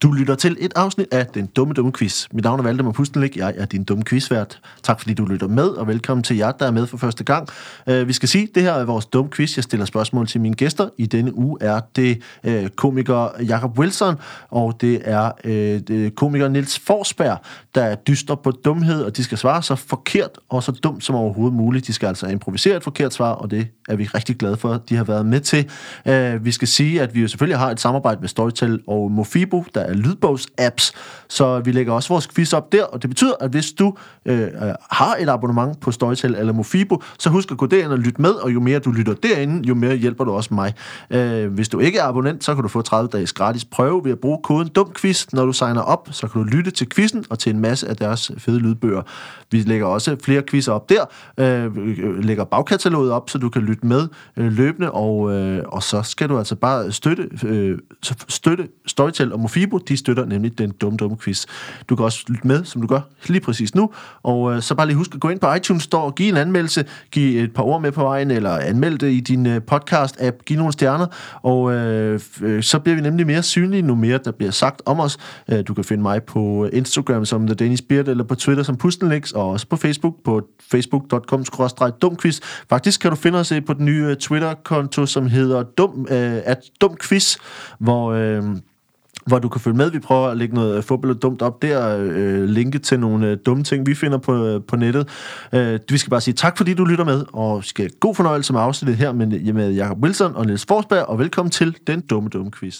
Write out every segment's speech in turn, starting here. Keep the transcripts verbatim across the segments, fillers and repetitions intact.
Du lytter til et afsnit af Den Dumme Dumme Quiz. Mit navn er Valdemar Pustelnik, jeg er din dumme quizvært. Tak fordi du lytter med, og velkommen til jer, der er med for første gang. Uh, vi skal sige, det her er vores dumme quiz. Jeg stiller spørgsmål til mine gæster. I denne uge er det uh, komiker Jacob Wilson, og det er uh, det komiker Niels Forsberg, der dyster på dumhed, og de skal svare så forkert og så dumt som overhovedet muligt. De skal altså improvisere et forkert svar, og det er vi rigtig glade for, at de har været med til. Uh, vi skal sige, at vi jo selvfølgelig har et samarbejde med Storytel og Mofibo, der er lydbogs-apps, så vi lægger også vores quiz op der, og det betyder, at hvis du øh, har et abonnement på Storytel eller Mofibo, så husk at gå derind og lytte med, og jo mere du lytter derinde, jo mere hjælper du også mig. Øh, hvis du ikke er abonnent, så kan du få tredive dages gratis prøve ved at bruge koden DUMQUIZ. Når du signer op, så kan du lytte til quizzen og til en masse af deres fede lydbøger. Vi lægger også flere quizzer op der, øh, lægger bagkataloget op, så du kan lytte med øh, løbende, og, øh, og så skal du altså bare støtte, øh, støtte Storytel og Mofibo. De støtter nemlig Den Dumme Dumme Quiz. Du kan også lytte med, som du gør lige præcis nu, og øh, så bare lige husk at gå ind på iTunes Store og give en anmeldelse, give et par ord med på vejen, eller anmelde det i din øh, podcast-app, give nogle stjerner, og øh, øh, så bliver vi nemlig mere synlige, nu mere der bliver sagt om os. Øh, du kan finde mig på Instagram som The Danish Beard, eller på Twitter som Pustelnix, og også på Facebook på facebook punktum com skråstreg dumquiz. Faktisk kan du finde os på den nye Twitter-konto, som hedder dum, øh, at dumquiz, hvor øh, hvor du kan følge med. Vi prøver at lægge noget fodbold dumt op der, øh, linke til nogle øh, dumme ting, vi finder på, øh, på nettet. Øh, vi skal bare sige tak, fordi du lytter med, og skal god fornøjelse med afsnittet her med, med Jacob Wilson og Niels Forsberg, og velkommen til Den Dumme Dumme Quiz.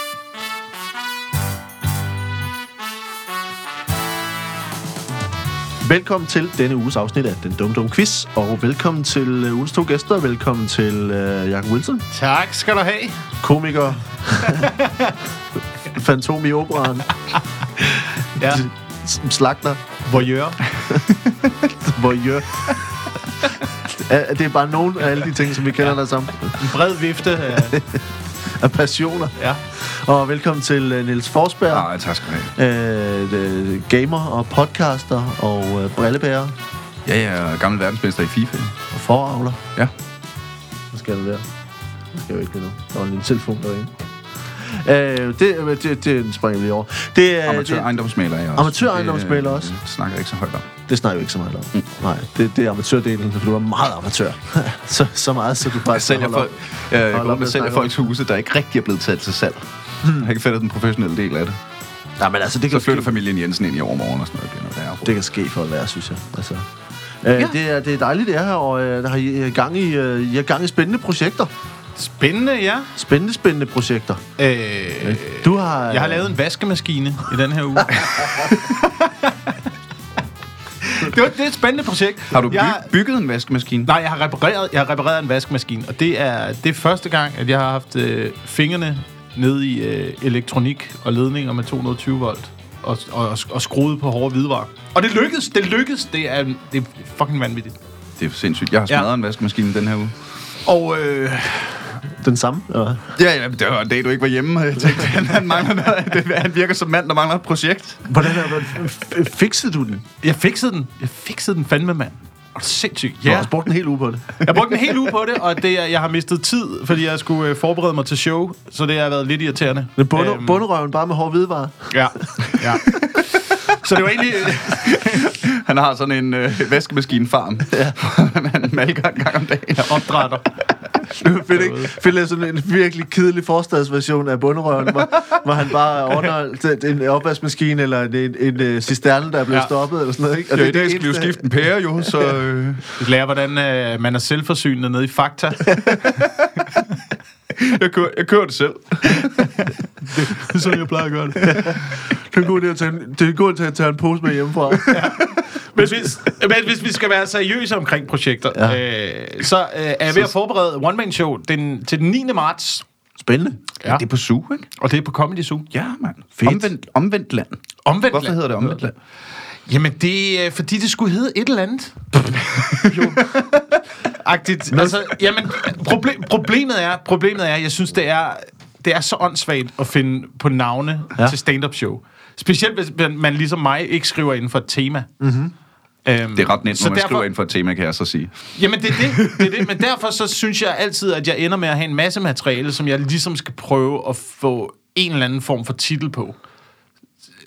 Velkommen til denne uges afsnit af Den Dumme Dumme Quiz, og velkommen til uh, ugens to gæster. Velkommen til uh, Jacob Wilson. Tak skal du have. Komiker. Fantom i operaen. Ja. Slagter. Voyeur. Voyeur. Det er bare nogle af alle de ting, som vi kender ja. Der sammen. En bred vifte af, af passioner. Ja. Og velkommen til uh, Niels Forsberg. Ja, tak skal du have. Uh, gamer og podcaster og uh, brillebærer. Ja, jeg er gammel verdensmester i FIFA. Og foravler. Ja. Hvad skal du der? Det skal jo ikke noget. Der var en lille telefon derinde. Uh, det, det, det springer vi lige over. Det er amatør-ejendomsmaler er jeg også. Amatør-ejendomsmaler også. Det snakker jeg ikke så højt om. Det snakker vi ikke så meget om. Mm. Nej, det, det er amatørdelen, for du er meget amatør. så, så meget, så du bare sælger folk, op, jeg går med sælger folks huse, der ikke rigtig er blevet taget til salg. Hmm. Jeg har ikke fattet den professionelle del af det. Ja, men altså, det kan så flytter ske. Familien Jensen ind i overmorgen og sådan noget. Det, noget det kan ske for at være, synes jeg. Altså. Ja. Øh, det, er, det er dejligt, det er her, og øh, der har I gang i, øh, I har gang i spændende projekter. Spændende, ja. Spændende, spændende projekter. Øh, du har... Jeg har lavet en vaskemaskine i den her uge. Det, var, det er et spændende projekt. Har du by- jeg, bygget en vaskemaskine? Nej, jeg har repareret, jeg har repareret en vaskemaskine, og det er, det er første gang, at jeg har haft øh, fingrene ned i øh, elektronik og ledninger med to hundrede og tyve volt og, og, og skruet på hårde hvidevarer. Og det lykkedes, det lykkedes. Det er, det er fucking vanvittigt. Det er sindssygt. Jeg har smadret ja. en vaskemaskine den her uge. Og øh, den samme? Eller? Ja, ja, det var en dag, du ikke var hjemme. Jeg tænkte, han, han, mangler noget. Han virker som mand, der mangler et projekt. Hvordan fiksede du den? Jeg fiksede den. Jeg fiksede den fandme, mand. Og sindssygt. Ja. Du har brugt en hel uge på det. Jeg har brugt en hel uge på det, og det er, jeg har mistet tid, fordi jeg skulle øh, forberede mig til show, så det har været lidt irriterende. Men bunde, øhm, bunderøven bare med hårde hvidevarer. Ja, ja. Så det var egentlig... Han har sådan en øh, vaskemaskinefarm. Ja. Han malker en gang om dagen. Opdrætter. Fedt, ikke? Fedt, sådan en virkelig kedelig forstadsversion af bunderøven, hvor, hvor han bare ordner en opvaskemaskine eller en, en, en, en cisterne, der er blevet ja. stoppet eller sådan noget, ikke? Og ja, det, i dag skal vi jo skifte en pære, jo, så... Øh. Vi lærer, hvordan øh, man er selvforsynende nede i Fakta. jeg, kører, jeg kører det selv. Det er sådan, jeg plejer at gøre det. Det er god idé at tage en, det er god idé at tage en pose med hjemmefra. Ja. Men hvis, men hvis vi skal være seriøse omkring projekter, ja. øh, så øh, er jeg ved at forberede one-man-show den, til den niende marts. Spændende. Ja. Det er på Zoo, ikke? Og det er på Comedy Zoo. Ja, mand. Omvendt, omvendt land. Omvendt Hvorfor land? hedder det omvendt land? Jamen, det er fordi, det skulle hedde et eller andet. Jo. Agtigt. Altså, jamen, proble- problemet er, problemet er, jeg synes, det er, det er så åndssvagt at finde på navne ja. til stand-up show. Specielt, hvis man ligesom mig ikke skriver inden for et tema. Mm-hmm. Øhm, det er ret nemt, når man derfor, skriver ind for et tema, kan jeg så sige. Jamen, det er det, det er det. Men derfor så synes jeg altid, at jeg ender med at have en masse materiale, som jeg ligesom skal prøve at få en eller anden form for titel på.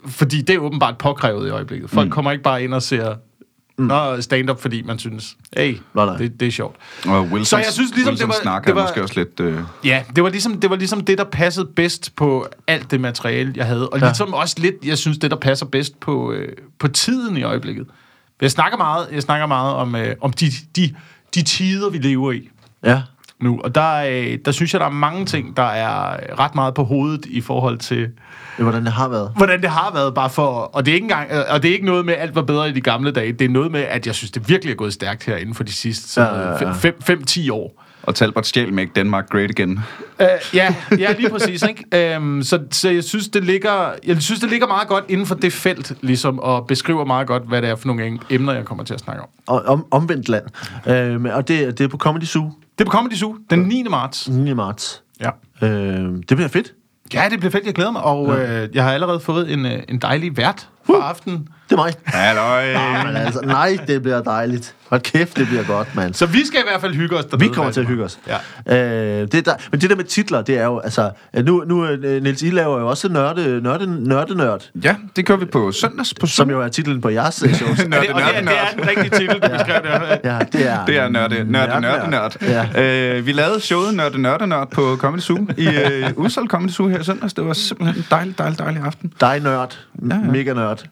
fordi det er åbenbart påkrævet i øjeblikket. Folk mm. kommer ikke bare ind og ser mm. stand-up, fordi man synes, hey, det, det er sjovt. Og Wilsons, så jeg synes ligesom, Wilsons det var, snakker det var måske også lidt... Øh... Ja, det var, ligesom, det var ligesom det, der passede bedst på alt det materiale, jeg havde. Og ja. ligesom også lidt, jeg synes, det, der passer bedst på, øh, på tiden i øjeblikket. Jeg snakker meget, jeg snakker meget om, øh, om de, de, de tider, vi lever i. Ja. Nu. Og der, øh, der synes jeg, der er mange ting, der er ret meget på hovedet i forhold til... Hvordan det har været. Hvordan det har været, bare for... Og det, er ikke engang, og det er ikke noget med, at alt var bedre i de gamle dage. Det er noget med, at jeg synes, det virkelig er gået stærkt her inden for de sidste fem til ti år. Og Talbot stjæl Make Denmark Great Again. Uh, ja, ja, lige præcis. Ikke? Um, så, så jeg synes, det ligger, jeg synes, det ligger meget godt inden for det felt, ligesom, og beskriver meget godt, hvad det er for nogle emner, jeg kommer til at snakke om. Og om, omvendt land. Uh, og det, det er på Comedy Zoo. Det er på Comedy Zoo, den niende marts. niende marts. Ja. Uh, det bliver fedt. Ja, det bliver fedt. Jeg glæder mig. Og ja. øh, jeg har allerede fået en, en dejlig vært for uh, aftenen. Det er mig. Halløj. Nej, men altså, nej, det bliver dejligt. Hold kæft, det bliver godt, mand. Så vi skal i hvert fald hygge os dernede. Vi kommer til at hygge os. Ja. Øh, det der, men det der med titler, det er jo, altså... Nu, nu Niels, I laver jo også nørde, nørde, nørde, nørd. Ja, det kører vi på søndags på Som jo er titlen på jeres shows. nørde, nørde, nørde. Det er den rigtige titel, du beskrev det. Ja, det er... Det er nørde, nørde, nørde, nørd. Ja. Øh, vi lavede showet Nørde, nørde, nørd på Comedy Zoo i øh, udsolgt Comedy Zoo her i søndags. Det var simpelthen en dejlig, dejlig, dejlig aften. Dig nørd. Ja, ja. Mega nørd.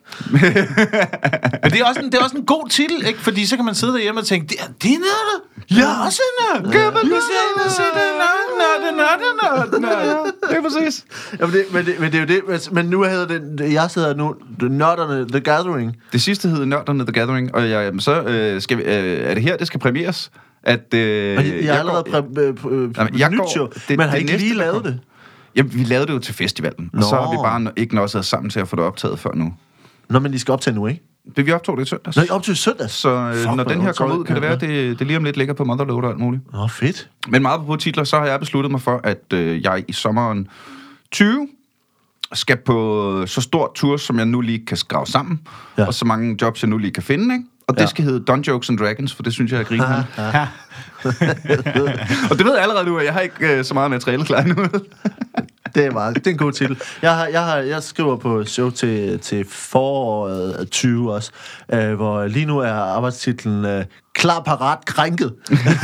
Men det er, også en, det er også en god titel, ikke? Fordi så kan man sidde derhjemme og tænke, det er, det er nørd. Jeg er også nørd. Kan man gå ind og se det nørd, nørd, nørd, nørd. Det er præcis. Ja, men, det, men, det, men det er jo det. Men nu hedder det, jeg sidder nu, Nørderne The Gathering. Det sidste hedder Nørderne The Gathering, og jeg, så øh, skal vi, øh, er det her, det skal premieres. At, øh, og jeg, jeg har allerede præ- øh, øh, jeg nyt går, show. Det, man har det ikke lige lavet det. Jamen, vi lavede det jo til festivalen, Nå. og så har vi bare ikke nødt sammen til at få det optaget før nu. Nå, men I skal optage nu, ikke? Det vi optog det i søndags. Nå, I optog i søndags? Så øh, Fuck, når den her kommer ud, kan det være, det, det lige om lidt ligger på Motherload og alt muligt. Åh, fedt. Men meget på titler, så har jeg besluttet mig for, at øh, jeg i sommeren tyve skal på så stor tur, som jeg nu lige kan skrave sammen, ja. og så mange jobs, jeg nu lige kan finde, ikke? Og det ja. skal hedde Don Jokes and Dragons, for det synes jeg er griner. Ja. Og det ved jeg allerede nu, at jeg har ikke øh, så meget materiale klar nu. Det er meget. Det er en god titel. Jeg har, jeg har, jeg skriver på show til til foråret tyve også, øh, hvor lige nu er arbejdstitlen øh, Klar, parat, krænket.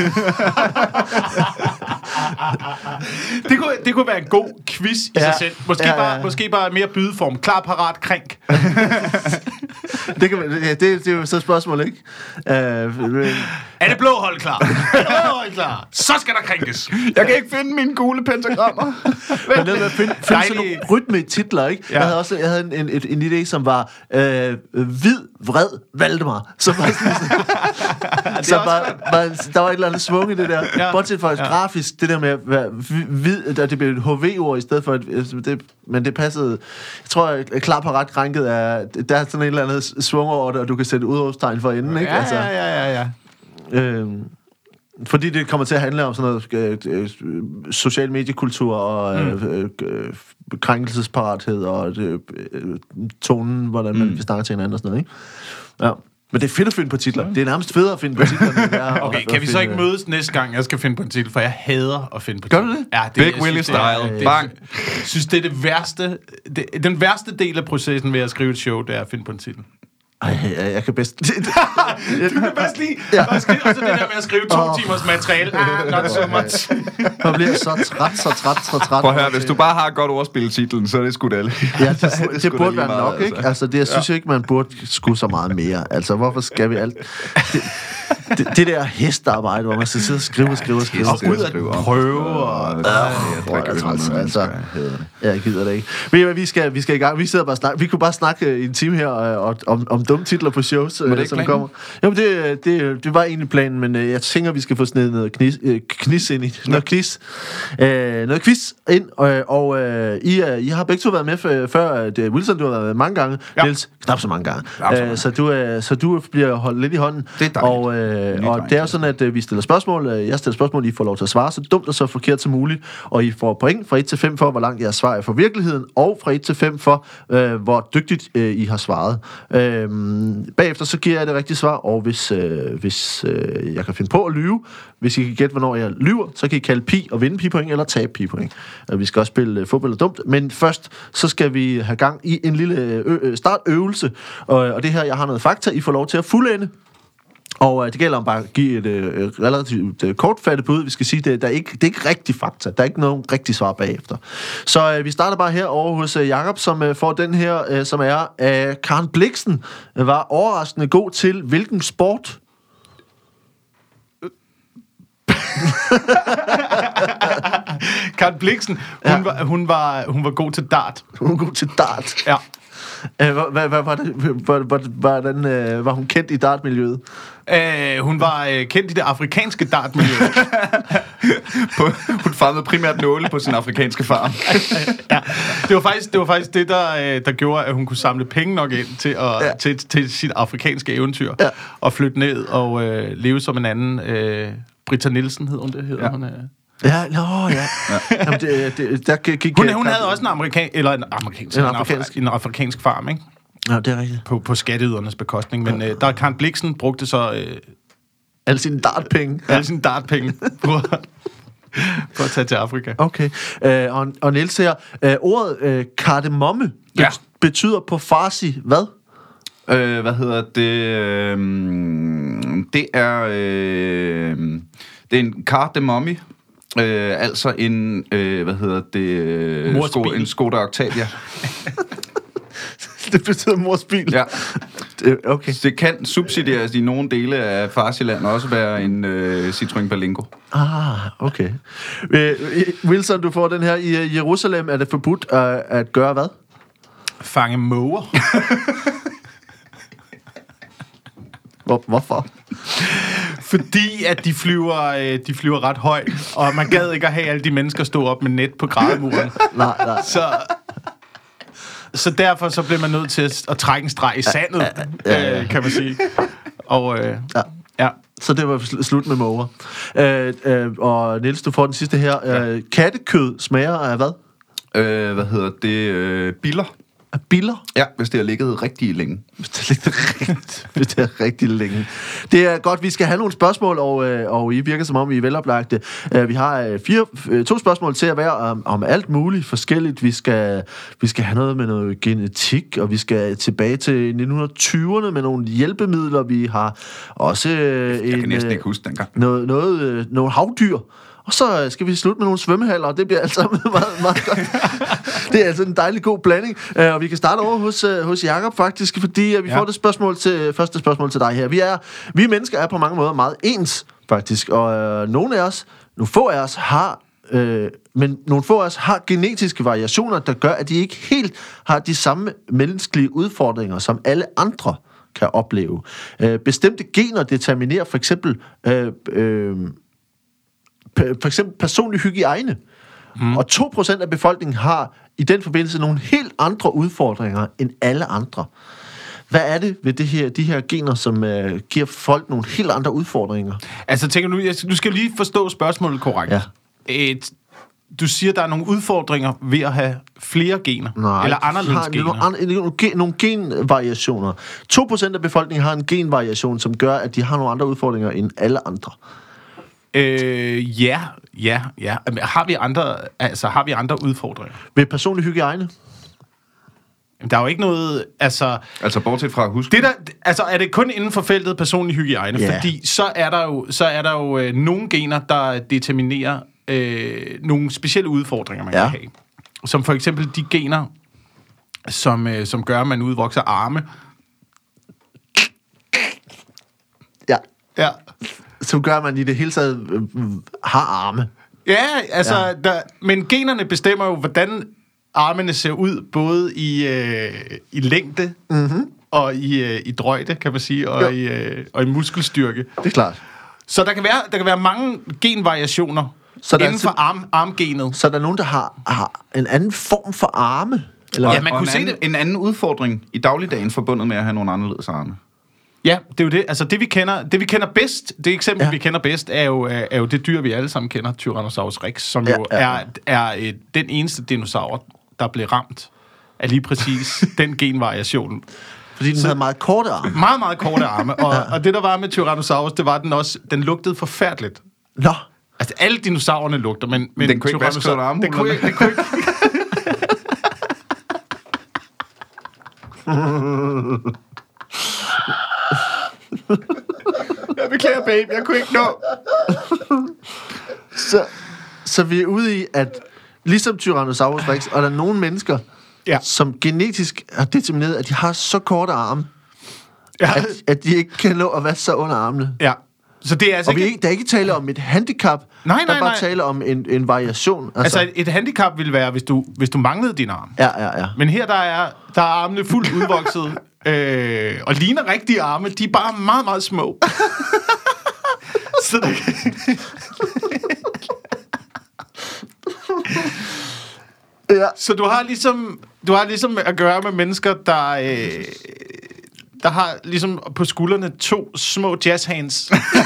det, kunne, det kunne være en god quiz i ja, sig selv. Måske, ja, ja. Bare, måske bare mere bydeform. Klar, parat, krænk. det, kan, ja, det, det er jo så et spørgsmål, ikke? Uh, er det blå hold klar? Er det blå hold klar? Så skal der krænkes. Jeg kan ikke finde mine gule pentagrammer. Men det med finde, finde sådan nogle rytme-titler, ikke? Ja. Jeg havde også jeg havde en, en, en, en idé, som var øh, hvid, vred, Valdemar. Som var sådan, så var, var, der var et eller andet svung i det der. Ja. Bortset fra ja. grafisk, det der med at være hvid, der det blev et H V-ord i stedet for et, det, men det passede. Jeg tror, at klar, parat, krænket er, der er sådan et eller andet svung over det, og du kan sætte udråbstegn for enden, ikke? Ja, altså, ja, ja, ja, ja. Øhm, fordi det kommer til at handle om sådan noget øh, øh, social mediekultur og øh, øh, øh, krænkelsesparathed og øh, øh, tonen, hvordan man mm. snakker til hinanden og sådan noget, ikke? Ja. Men det er fedt at finde på titler. Det er nærmest federe at finde på titler, end det er. Okay, kan vi så ikke mødes næste gang, jeg skal finde på en titel? For jeg hader at finde på titler. Gør du det? Ja, det Big Willie style. Det, Bang. Jeg synes, det er det værste. Det, den værste del af processen ved at skrive et show, det er at finde på en titel. Ej, jeg, jeg kan bedst... du kan bedst lide. Ja. Og så det der med at skrive to oh. timers materiale. Ah, not so much. Man bliver så træt, så træt, så træt. Prøv at høre, hvis du bare har et godt ordspil i titlen, så er det sgu da alle. Ja, det, det, det burde være nok, meget, ikke? Altså, altså det, jeg synes ja. ikke, man burde skue så meget mere. Altså, hvorfor skal vi alt... Det, det, det der hestarbejde, hvor man skal sidde og skrive og skrive og skrive. Og ud at prøve og... Altså, jeg gider det ikke. Men vi skal, vi skal i gang. Vi sidder bare snak. Vi kunne bare snakke en time her og, om, om dumme titler på shows, øh, som kommer. Jo, det, det, det var egentlig planen, men øh, jeg tænker, vi skal få sådan noget knis, øh, knis ind i. Noget quiz. Øh, noget quiz ind, øh, og øh, I, øh, I har begge to været med f- før. Det, Wilson, du har været med mange gange. Ja. Niels, knap så mange gange. Øh, så, du, øh, så du bliver holdt lidt i hånden. Det er og, øh, og det er jo sådan, at øh, vi stiller spørgsmål. Øh, jeg stiller spørgsmål, I får lov til at svare så dumt og så forkert som muligt. Og I får point fra et til fem for, hvor langt jeres svar er fra virkeligheden, og fra et til fem for, øh, hvor dygtigt øh, I har svaret. Øh, bagefter så giver jeg det rigtige svar, og hvis, øh, hvis øh, jeg kan finde på at lyve, hvis I kan gætte, hvornår jeg lyver, så kan I kalde pi og vinde pi-point, eller tabe pi-point. Vi skal også spille fodbold og dumt, men først så skal vi have gang i en lille ø- startøvelse, og, og det her, jeg har noget fakta, I får lov til at fuldende. Og øh, det gælder om bare at give et øh, relativt øh, kortfattet bud. Vi skal sige, det, der er ikke, det er ikke rigtig fakta. Der er ikke nogen rigtig svar bagefter. Så øh, vi starter bare her over hos øh, Jakob, som øh, får den her, øh, som er, øh, Karen Blixen øh, var overraskende god til hvilken sport? Karen Blixen, hun, ja. var, hun, var, hun var god til dart. Hun var god til dart? Ja. Hvad var det? Hvordan var hun kendt i dartmiljøet? Uh, hun var uh, kendt i det afrikanske dartmiljø. på, hun farmede primært nåle på sin afrikanske farm. Ja, det var faktisk det, var faktisk det der, der gjorde, at hun kunne samle penge nok ind til, at, ja. til, til sit afrikanske eventyr. Ja. Og flytte ned og uh, leve som en anden. Uh, Britta Nielsen hed hun det, hedder ja. hun. Uh. Ja, nå, ja. ja. Jamen, det, det, der gik, hun, hun havde også en amerikansk, eller en amerikansk, en afrikansk, en afrikansk farm, ikke? Ja, det er rigtigt. På, på skatteydernes bekostning, men ja. øh, der Karen Blixen brugte så øh, alle sine dartpenge. Alle sine dartpenge på, på at tage til Afrika. Okay. Øh, og, og Niels her, øh, ordet øh, kardemomme ja. betyder på farsi hvad? Øh, hvad hedder det? Øh, det er øh, det er en kardemomme. Øh, altså en, øh, hvad hedder det, øh, sko- en Skoda Octavia. Det betyder mors bil? Ja. Det, okay. Det kan subsidieres i nogle dele af Farsiland også være en øh, Citroën Berlingo. Ah, okay. Øh, Wilson, du får den her. I Jerusalem er det forbudt at, at gøre hvad? Fange måger. Hvor, hvorfor? Fordi at de flyver, de flyver ret højt, og man gad ikke at have alle de mennesker stå op med net på grædemuren. Nej, nej. Så, så derfor så bliver man nødt til at, at trække en streg i sandet, ja, ja, ja. Øh, kan man sige. Og øh, ja. ja. Så det var slut med måger. Øh, øh, og Niels, du får den sidste her. Øh, kattekød smager af hvad? Øh, hvad hedder det? Øh, biller. Af biller? Ja, hvis det har ligget rigtig længe. Hvis det har ligget rigtig, hvis det er rigtig længe. Det er godt, vi skal have nogle spørgsmål, og, og I virker som om, I er veloplagte. Vi har fire, to spørgsmål til at være om, om alt muligt forskelligt. Vi skal, vi skal have noget med noget genetik, og vi skal tilbage til nitten tyverne med nogle hjælpemidler. Vi har også Jeg en, kan næsten ikke huske dengang. Noget, noget, noget havdyr. Og så skal vi slutte med nogle svømmehaller, og det bliver altså meget, meget godt. Det er altså en dejlig god blanding. Uh, og vi kan starte over hos, uh, hos Jakob faktisk, fordi uh, vi ja. får det spørgsmål til, første spørgsmål til dig her. Vi, er, vi mennesker er på mange måder meget ens, faktisk. Og uh, nogle af os, nogle få af os har... Uh, men nogle få af os har genetiske variationer, der gør, at de ikke helt har de samme menneskelige udfordringer, som alle andre kan opleve. Uh, bestemte gener determinerer for eksempel... Uh, uh, for eksempel personlig hygiejne. Mm. Og to procent af befolkningen har i den forbindelse nogle helt andre udfordringer end alle andre. Hvad er det ved det her, de her gener, som uh, giver folk nogle helt andre udfordringer? Altså, tænker du, du skal lige forstå spørgsmålet korrekt. Ja. Et, du siger, der er nogle udfordringer ved at have flere gener. Nej, eller anderledes gener. Nogle, an, nogle, gen, nogle genvariationer. to procent af befolkningen har en genvariation, som gør, at de har nogle andre udfordringer end alle andre. Øh, ja, ja, ja. Har vi andre, altså har vi andre udfordringer? Ved personlig hygiejne? Der er jo ikke noget, altså... Altså bortset fra husk. Det der, altså er det kun inden for feltet personlig hygiejne, yeah. fordi så er der jo, så er der jo øh, nogle gener, der determinerer øh, nogle specielle udfordringer, man ja. kan have. Som for eksempel de gener, som, øh, som gør, at man udvokser arme. Ja. Ja. Som gør, at man i det hele taget øh, har arme. Ja, altså, ja. Der, men generne bestemmer jo, hvordan armene ser ud, både i, øh, i længde mm-hmm. og i, øh, i drøjde, kan man sige, og, i, øh, og i muskelstyrke. Det er klart. Så der kan være, der kan være mange genvariationer så inden altså, for arm, armgenet. Så der er nogen, der har, har en anden form for arme? Eller? Ja, man kunne se anden, det. En anden udfordring i dagligdagen forbundet med at have nogle anderledes arme. Ja, det er jo det. Altså det vi kender, det vi kender bedst, det eksempel ja. vi kender bedst er jo er jo det dyr vi alle sammen kender, Tyrannosaurus rex, som ja, jo ja. er er et, den eneste dinosaur der blev ramt af lige præcis den genvariation. Fordi den så, havde meget korte arme. Meget meget korte arme, og, ja. og det der var med Tyrannosaurus, det var den også, den lugtede forfærdeligt. Nå. Altså alle dinosaurerne lugter, men men den kunne ikke vaske sådan arme. Den kunne ikke, den kunne ikke. Jeg beklager, babe. Jeg kunne ikke nå. så, så vi er ude i, at ligesom Tyrannosaurus rex, og der er nogle mennesker, ja. som genetisk har determineret, at de har så korte arme, ja. at, at de ikke kan nå at vaske sig under armene. Ja. Så det er altså og vi ikke... ikke, der er ikke tale om et handicap, nej, nej, der er bare nej. tale om en, en variation. Altså, altså et, et handicap ville være, hvis du, hvis du manglede din arm. Ja, ja, ja. Men her der er, der er armene fuldt udvokset, øh, og ligner rigtige arme, de er bare meget, meget små. Så det... ja. Så du har ligesom, du har ligesom at gøre med mennesker, der... Øh, der har ligesom på skuldrene to små jazzhands,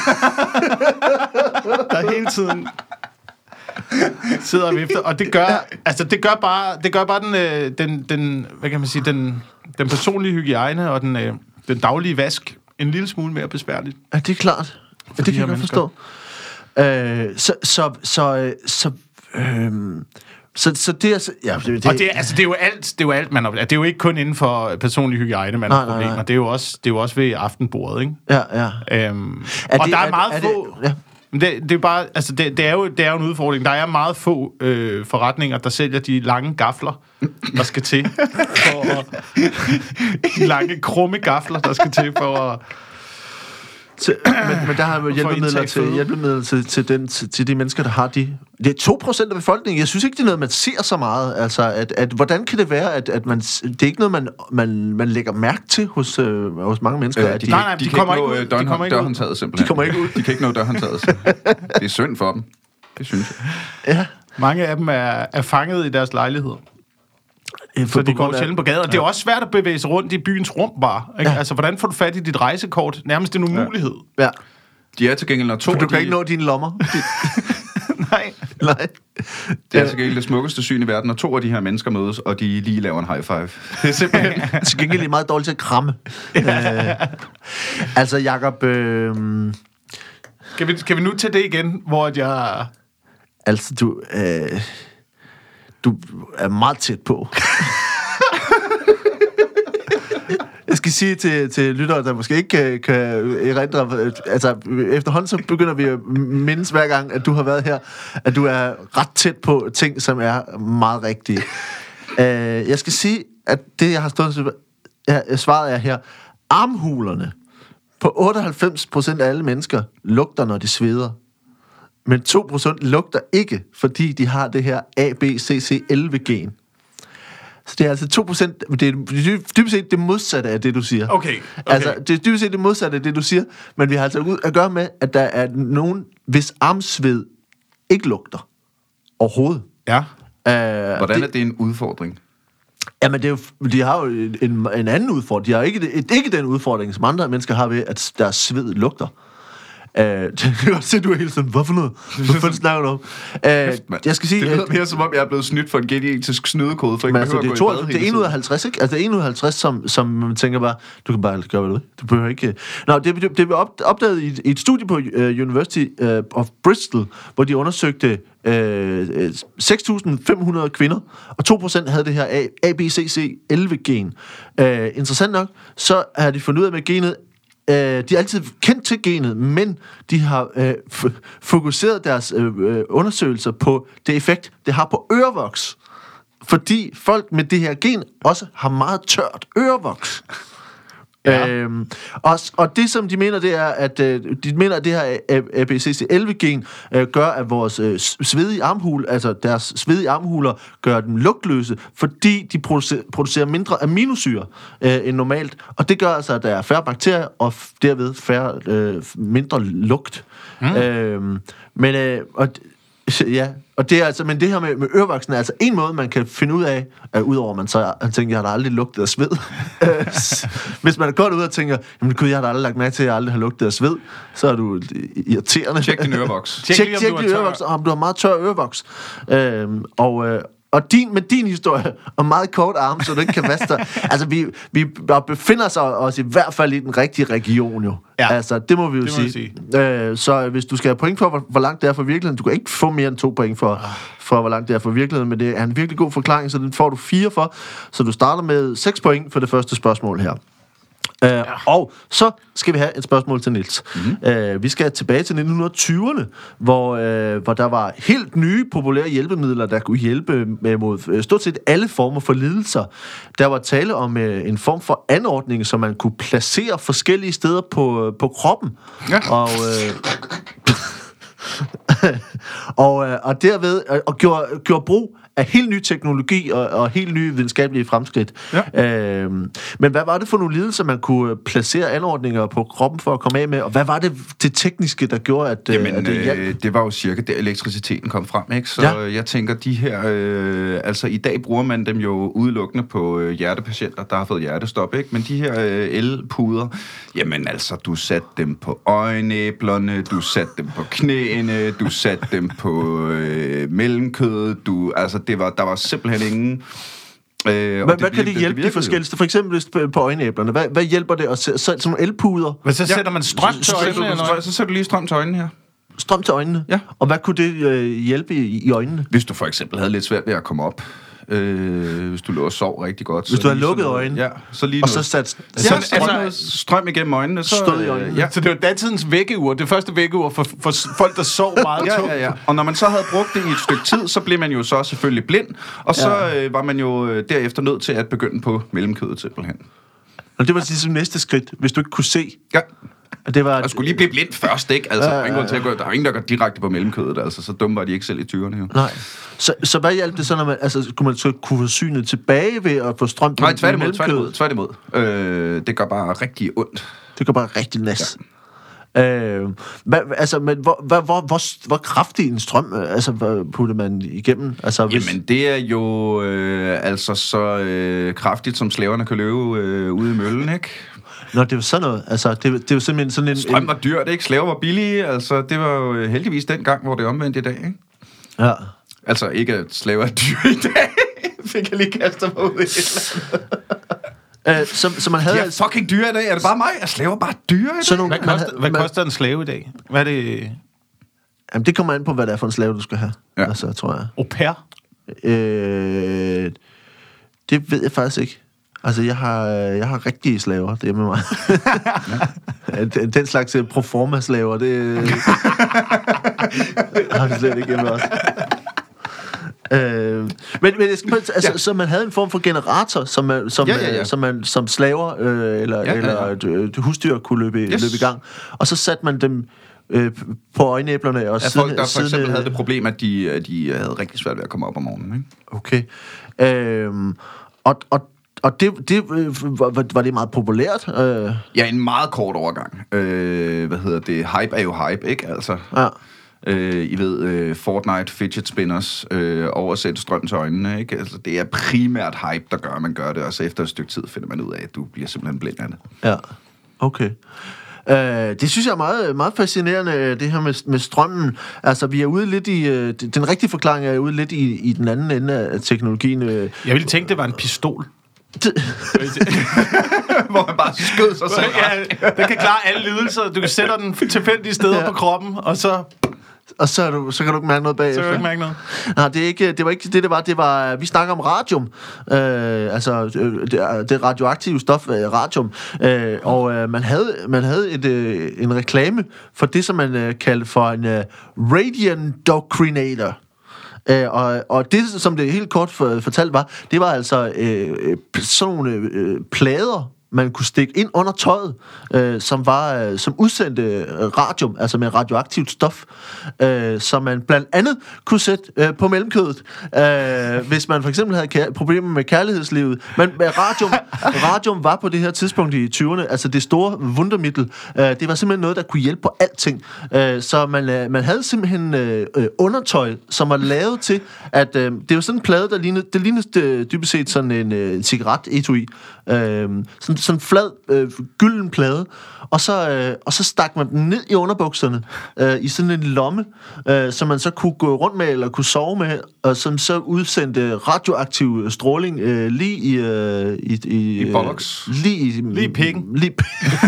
der hele tiden sidder og vifter, og det gør, altså det gør bare, det gør bare den, øh, den, den, hvad kan man sige, den, den personlige hygiejne og den, øh, den daglige vask en lille smule mere besværligt. Ja, det er klart. Ja, det kan jeg godt forstå. Øh, så, så, så, så, øh, Så, så det er... Så, ja, det, det, og det, altså, det er jo alt, det er jo alt, man oplever. Det er jo ikke kun inden for personlig hygiejne, man har problemer. Det er jo også, det er jo også ved aftenbordet, ikke? Ja, ja. Øhm, er og det, der er, er meget er få... Det, ja. det, det er bare... Altså, det, det, er jo, det er jo en udfordring. Der er meget få øh, forretninger, der sælger de lange gafler, der skal til for at, de lange, krumme gafler, der skal til for at... Til, men, men der har jo hjælpemidler til, hjælpemidler til, til, den, til, til de mennesker, der har de... Det er to procent af befolkningen. Jeg synes ikke, det er noget, man ser så meget. Altså, at, at, hvordan kan det være, at, at man... Det er ikke noget, man, man, man lægger mærke til hos, øh, hos mange mennesker. Øh, de, de, nej, nej, de, de kommer ikke ud. De kommer ikke dørhåndtaget, simpelthen. De kommer ikke ud. De kan ikke nå dørhåndtaget. Det er synd for dem. Det synes jeg. Ja. Mange af dem er, er fanget i deres lejligheder. Så de går sjældent på gaden, og ja. Det er også svært at bevæge sig rundt i byens rum bare. Ikke? Ja. Altså, hvordan får du fat i dit rejsekort? Nærmest en umulighed. Ja. De er til gengæld, når to... For du kan de... ikke nå dine lommer. Nej. Nej. Det er til gengæld det smukkeste syn i verden, når to af de her mennesker mødes, og de lige laver en high five. Det er simpelthen... til gengæld er meget dårligt til at kramme. øh, altså, Jacob... Øh... Skal vi, skal vi nu tage det igen, hvor jeg... Altså, du... Øh... Du er meget tæt på. Jeg skal sige til, til lyttere, der måske ikke kan, kan erindre, altså efterhånden så begynder vi at mindes hver gang, at du har været her, at du er ret tæt på ting, som er meget rigtige. uh, jeg skal sige, at det, jeg har stået til, ja, svaret er her, armhulerne på otteoghalvfems procent af alle mennesker lugter, når de sveder. Men to procent lugter ikke, fordi de har det her A B C C elleve gen. Så det er altså to procent, det er dybest set det modsatte af det, du siger. Okay, okay. Altså, det er dybest set det modsatte af det, du siger, men vi har altså ud at gøre med, at der er nogen, hvis armsved ikke lugter overhovedet. Ja. Uh, Hvordan det, er det en udfordring? Jamen, det er jo, de har jo en, en anden udfordring. De har jo ikke, ikke den udfordring, som andre mennesker har ved, at deres sved lugter. Uh, det kan godt se, at du er helt sådan, hvorfor noget? Hvorfor snakker du om? Uh, jeg skal sige... Det lyder mere som om, jeg er blevet snydt for en genetisk snydekode, for ikke altså, det, er to, det er en ud af halvtreds, ikke? Altså, det er en ud af halvtreds, som, som man tænker bare, du kan bare gøre, hvad du vil. Du behøver ikke... Nå, det, det, det blev opdaget i et, i et studie på uh, University uh, of Bristol, hvor de undersøgte uh, seks tusind fem hundrede kvinder, og to procent havde det her A B C C elleve gen. Uh, interessant nok, så har de fundet ud af med genet, Uh, de er altid kendt til genet, men de har uh, f- fokuseret deres uh, undersøgelser på det effekt, det har på ørevoks. Fordi folk med det her gen også har meget tørt ørevoks. Ja. Øhm, og, og det som de mener, det er at øh, de mener at det her A B C C elleve gen øh, gør at vores øh, svedige armhul, altså deres svedige armhuler gør dem lugtløse, fordi de producerer, producerer mindre aminosyre øh, end normalt, og det gør altså at der er færre bakterier og f- derved færre øh, mindre lugt. Mm. Øhm, men øh, og, ja, Og det er altså, men det her med, med ørevoksen er altså en måde, man kan finde ud af, at udover man så jeg tænker, jeg har da aldrig lugtet af sved. Hvis man er godt ud og tænker, jamen gud, jeg har da aldrig lagt mærke til, at jeg aldrig har lugtet af sved, så er du irriterende. Tjek din ørevoks. Tjek, tjek, tjek din ørevoks, om du har meget tør ørevoks. Øhm, og... Øh, Og din, med din historie og meget kort arm, så du ikke kan vaske dig. Altså, vi, vi befinder os, os i hvert fald i den rigtige region, jo. Ja. Altså, det må vi jo det må sige. sige. Øh, så hvis du skal have point for, hvor, hvor langt det er for virkeligheden, du kan ikke få mere end to point for, for hvor langt det er for virkeligheden, men det er en virkelig god forklaring, så den får du fire for. Så du starter med seks point for det første spørgsmål her. Uh, ja. Og så skal vi have et spørgsmål til Niels. Mm-hmm. Uh, vi skal tilbage til nitten tyverne, hvor, uh, hvor der var helt nye populære hjælpemidler, der kunne hjælpe med mod uh, stort set alle former for lidelser. Der var tale om uh, en form for anordning, som man kunne placere forskellige steder på, uh, på kroppen. Ja. Og... Uh, og, øh, og derved øh, og gjorde, gjorde brug af helt ny teknologi og, og helt nye videnskabelige fremskridt. Ja. Øh, men hvad var det for nogle lidelser, man kunne placere anordninger på kroppen for at komme af med? Og hvad var det det tekniske, der gjorde, at, Jamen, at det hjalp? Øh, det var jo cirka der elektriciteten kom frem, ikke? Så ja. jeg tænker, de her... Øh, altså, i dag bruger man dem jo udelukkende på øh, hjertepatienter, der har fået hjertestop, ikke? Men de her øh, elpuder, jamen altså, du satte dem på øjenæblerne, du satte dem på knæene, du satte dem på øh, mellemkødet, du... Altså, det var, der var simpelthen ingen... Øh, hvad hvad kan det hjælpe det, de forskellige? For eksempel på øjenæblerne. Hvad, hvad hjælper det? Og så, så, sådan nogle elpuder? Men så sætter man strøm til øjnene? Eller så, så sætter du lige strøm til øjnene her. Strøm til øjnene? Ja. Og hvad kunne det øh, hjælpe i, i øjnene? Hvis du for eksempel havde lidt svært ved at komme op. Øh, hvis du lå og sov rigtig godt. Hvis du har lukket øjnene? Ja, så lige og så sat ja, strøm, altså, strøm igennem øjnene. Så, stød i øjnene. Ja. Så det var datidens vækkeur. Det første vækkeur for, for folk, der sov meget ja, ja, ja. Og når man så havde brugt det i et stykke tid, så blev man jo så selvfølgelig blind. Og så ja. øh, var man jo derefter nødt til at begynde på mellemkødet simpelthen. Og det var ligesom næste skridt, hvis du ikke kunne se. Ja. Det var... Jeg skulle lige blive blind først, ikke? Altså, ja, ja, ja. Der er ingen til at gå, der er ingen, der går direkte på mellemkødet, altså. Så dumme var de ikke selv i tyverne, jo. Nej. Så, så hvad hjalp det så, når man... Altså, kunne man så kunne få synet tilbage ved at få strøm til mellemkødet? Nej, tværtimod, tværtimod. Øh, det gør bare rigtig ondt. Det gør bare rigtig nas. Ja. Øh, hvad, altså, men hvor, hvor, hvor, hvor, hvor kraftig en strøm altså, putter man igennem? Altså, hvis... Jamen, det er jo øh, altså så øh, kraftigt, som slaverne kan løbe øh, ude i møllen, ikke? Nå, det var sådan noget. Altså, det, det var simpelthen sådan en... Strøm var dyrt, ikke? Slaver var billige. Altså, det var jo heldigvis den gang, hvor det er omvendt i dag, ikke? Ja. Altså, ikke at slaver er dyre i dag. Fik jeg lige kastet mig ud i et eller andet. Uh, så, så man havde... De er fucking dyre i dag. Er det bare mig? Er slaver bare dyre i dag? Nogle, hvad koster, havde, hvad man, koster en slave i dag? Hvad er det... Jamen, det kommer an på, hvad det er for en slave, du skal have. Ja. Altså, tror jeg. Au pair? Øh, det ved jeg faktisk ikke. Altså, jeg har, jeg har rigtige slaver, det er med mig. den, den slags proforma-slaver, det har vi slet ikke hjemme også. Øh, men, men jeg skal, altså, ja. Så man havde en form for generator, som man, som, ja, ja, ja. som, man, som slaver øh, eller, ja, ja, ja. eller et, et husdyr kunne løbe, yes. løbe i gang. Og så satte man dem øh, på øjenæblerne. Og ja, siden, folk, der for siden, eksempel havde det problem, at de, at de havde rigtig svært ved at komme op om morgenen. Ikke? Okay. Øh, og, og Og det, det var, var det meget populært? Øh. Ja, en meget kort overgang. Øh, hvad hedder det? Hype er jo hype, ikke? Altså, ja. øh, I ved, øh, Fortnite, fidget spinners, øh, oversætte strøm til øjnene, ikke? Altså, det er primært hype, der gør, at man gør det, og så efter et stykke tid finder man ud af, at du bliver simpelthen blind af det. Ja, okay. Uh, det synes jeg er meget, meget fascinerende, det her med, med strømmen. Altså, vi er ude lidt i... Uh, den rigtige forklaring er ude lidt i, i den anden ende af teknologien. Uh. Jeg ville tænke, det var en pistol. Hvor man bare skød sig selv. Ja, den kan klare alle lidelser. Du kan sætte den tilfældige steder ja. på kroppen, og så... Og så, er du, så kan du ikke mærke noget bagefter. Så kan du ikke mærke noget. Nej, det, er ikke, det var ikke det, det var. Det var vi snakker om radium. Øh, altså, det, det radioaktive stof, radium. Øh, og øh, man havde, man havde et, øh, en reklame for det, som man øh, kaldte for en øh, radioendocrinator. Uh, og, og det, som det helt kort for, fortalt var, det var altså uh, sådan nogle uh, plader man kunne stikke ind under tøjet, øh, som var øh, som udsendte øh, radium, altså med radioaktivt stof, øh, som man blandt andet kunne sætte øh, på mellemkødet, øh, hvis man for eksempel havde kær- problemer med kærlighedslivet. Men med radium, radium var på det her tidspunkt i tyverne, altså det store wundermittel. Øh, det var simpelthen noget, der kunne hjælpe på alting. Øh, så man, øh, man havde simpelthen øh, undertøj, som var lavet til, at øh, det var sådan en plade, der lignede, det lignede øh, dybest set sådan en, øh, en cigaret-etui. Øh, sådan, sådan en flad, øh, gylden plade. Og så, øh, og så stak man den ned i underbukserne, øh, i sådan en lomme, øh, som man så kunne gå rundt med, eller kunne sove med, og som så udsendte radioaktiv stråling øh, lige i... Øh, i, i, I bollocks. Øh, lige i... Lige i pikken. Lige i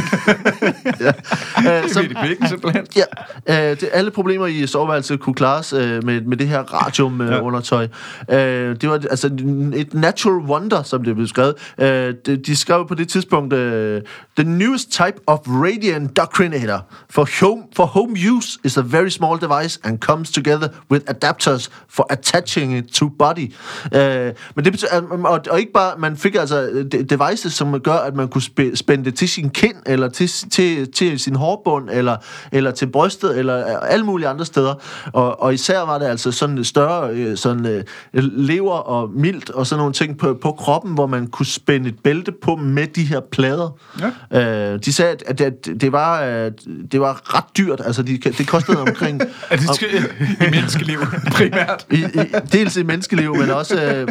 ja. øh, Som, i pikken, simpelthen. Ja, øh, det, alle problemer i soveværelset kunne klares øh, med, med det her radium-undertøj. Øh, øh, det var altså et natural wonder, som det blev skrevet. Øh, de, de skrev på det tidspunkt, øh, the newest type of radiant doctrinator for home, for home use is a very small device and comes together with adapters for attaching it to body. Øh, men det betyder, og, og ikke bare, man fik altså devices, som gør, at man kunne spæ, spænde det til sin kind, eller til, til, til sin hårbund, eller, eller til brystet, eller alle mulige andre steder. Og, og især var det altså sådan større sådan, øh, lever og mildt, og sådan nogle ting på, på kroppen, hvor man kunne spænde et bælte på med de her plader. Ja. Øh, de sagde, at det, det, var, det var ret dyrt. Altså, de, det kostede omkring... Er det skal, i menneskeliv, primært? I, i, dels i menneskeliv, men også... Øh,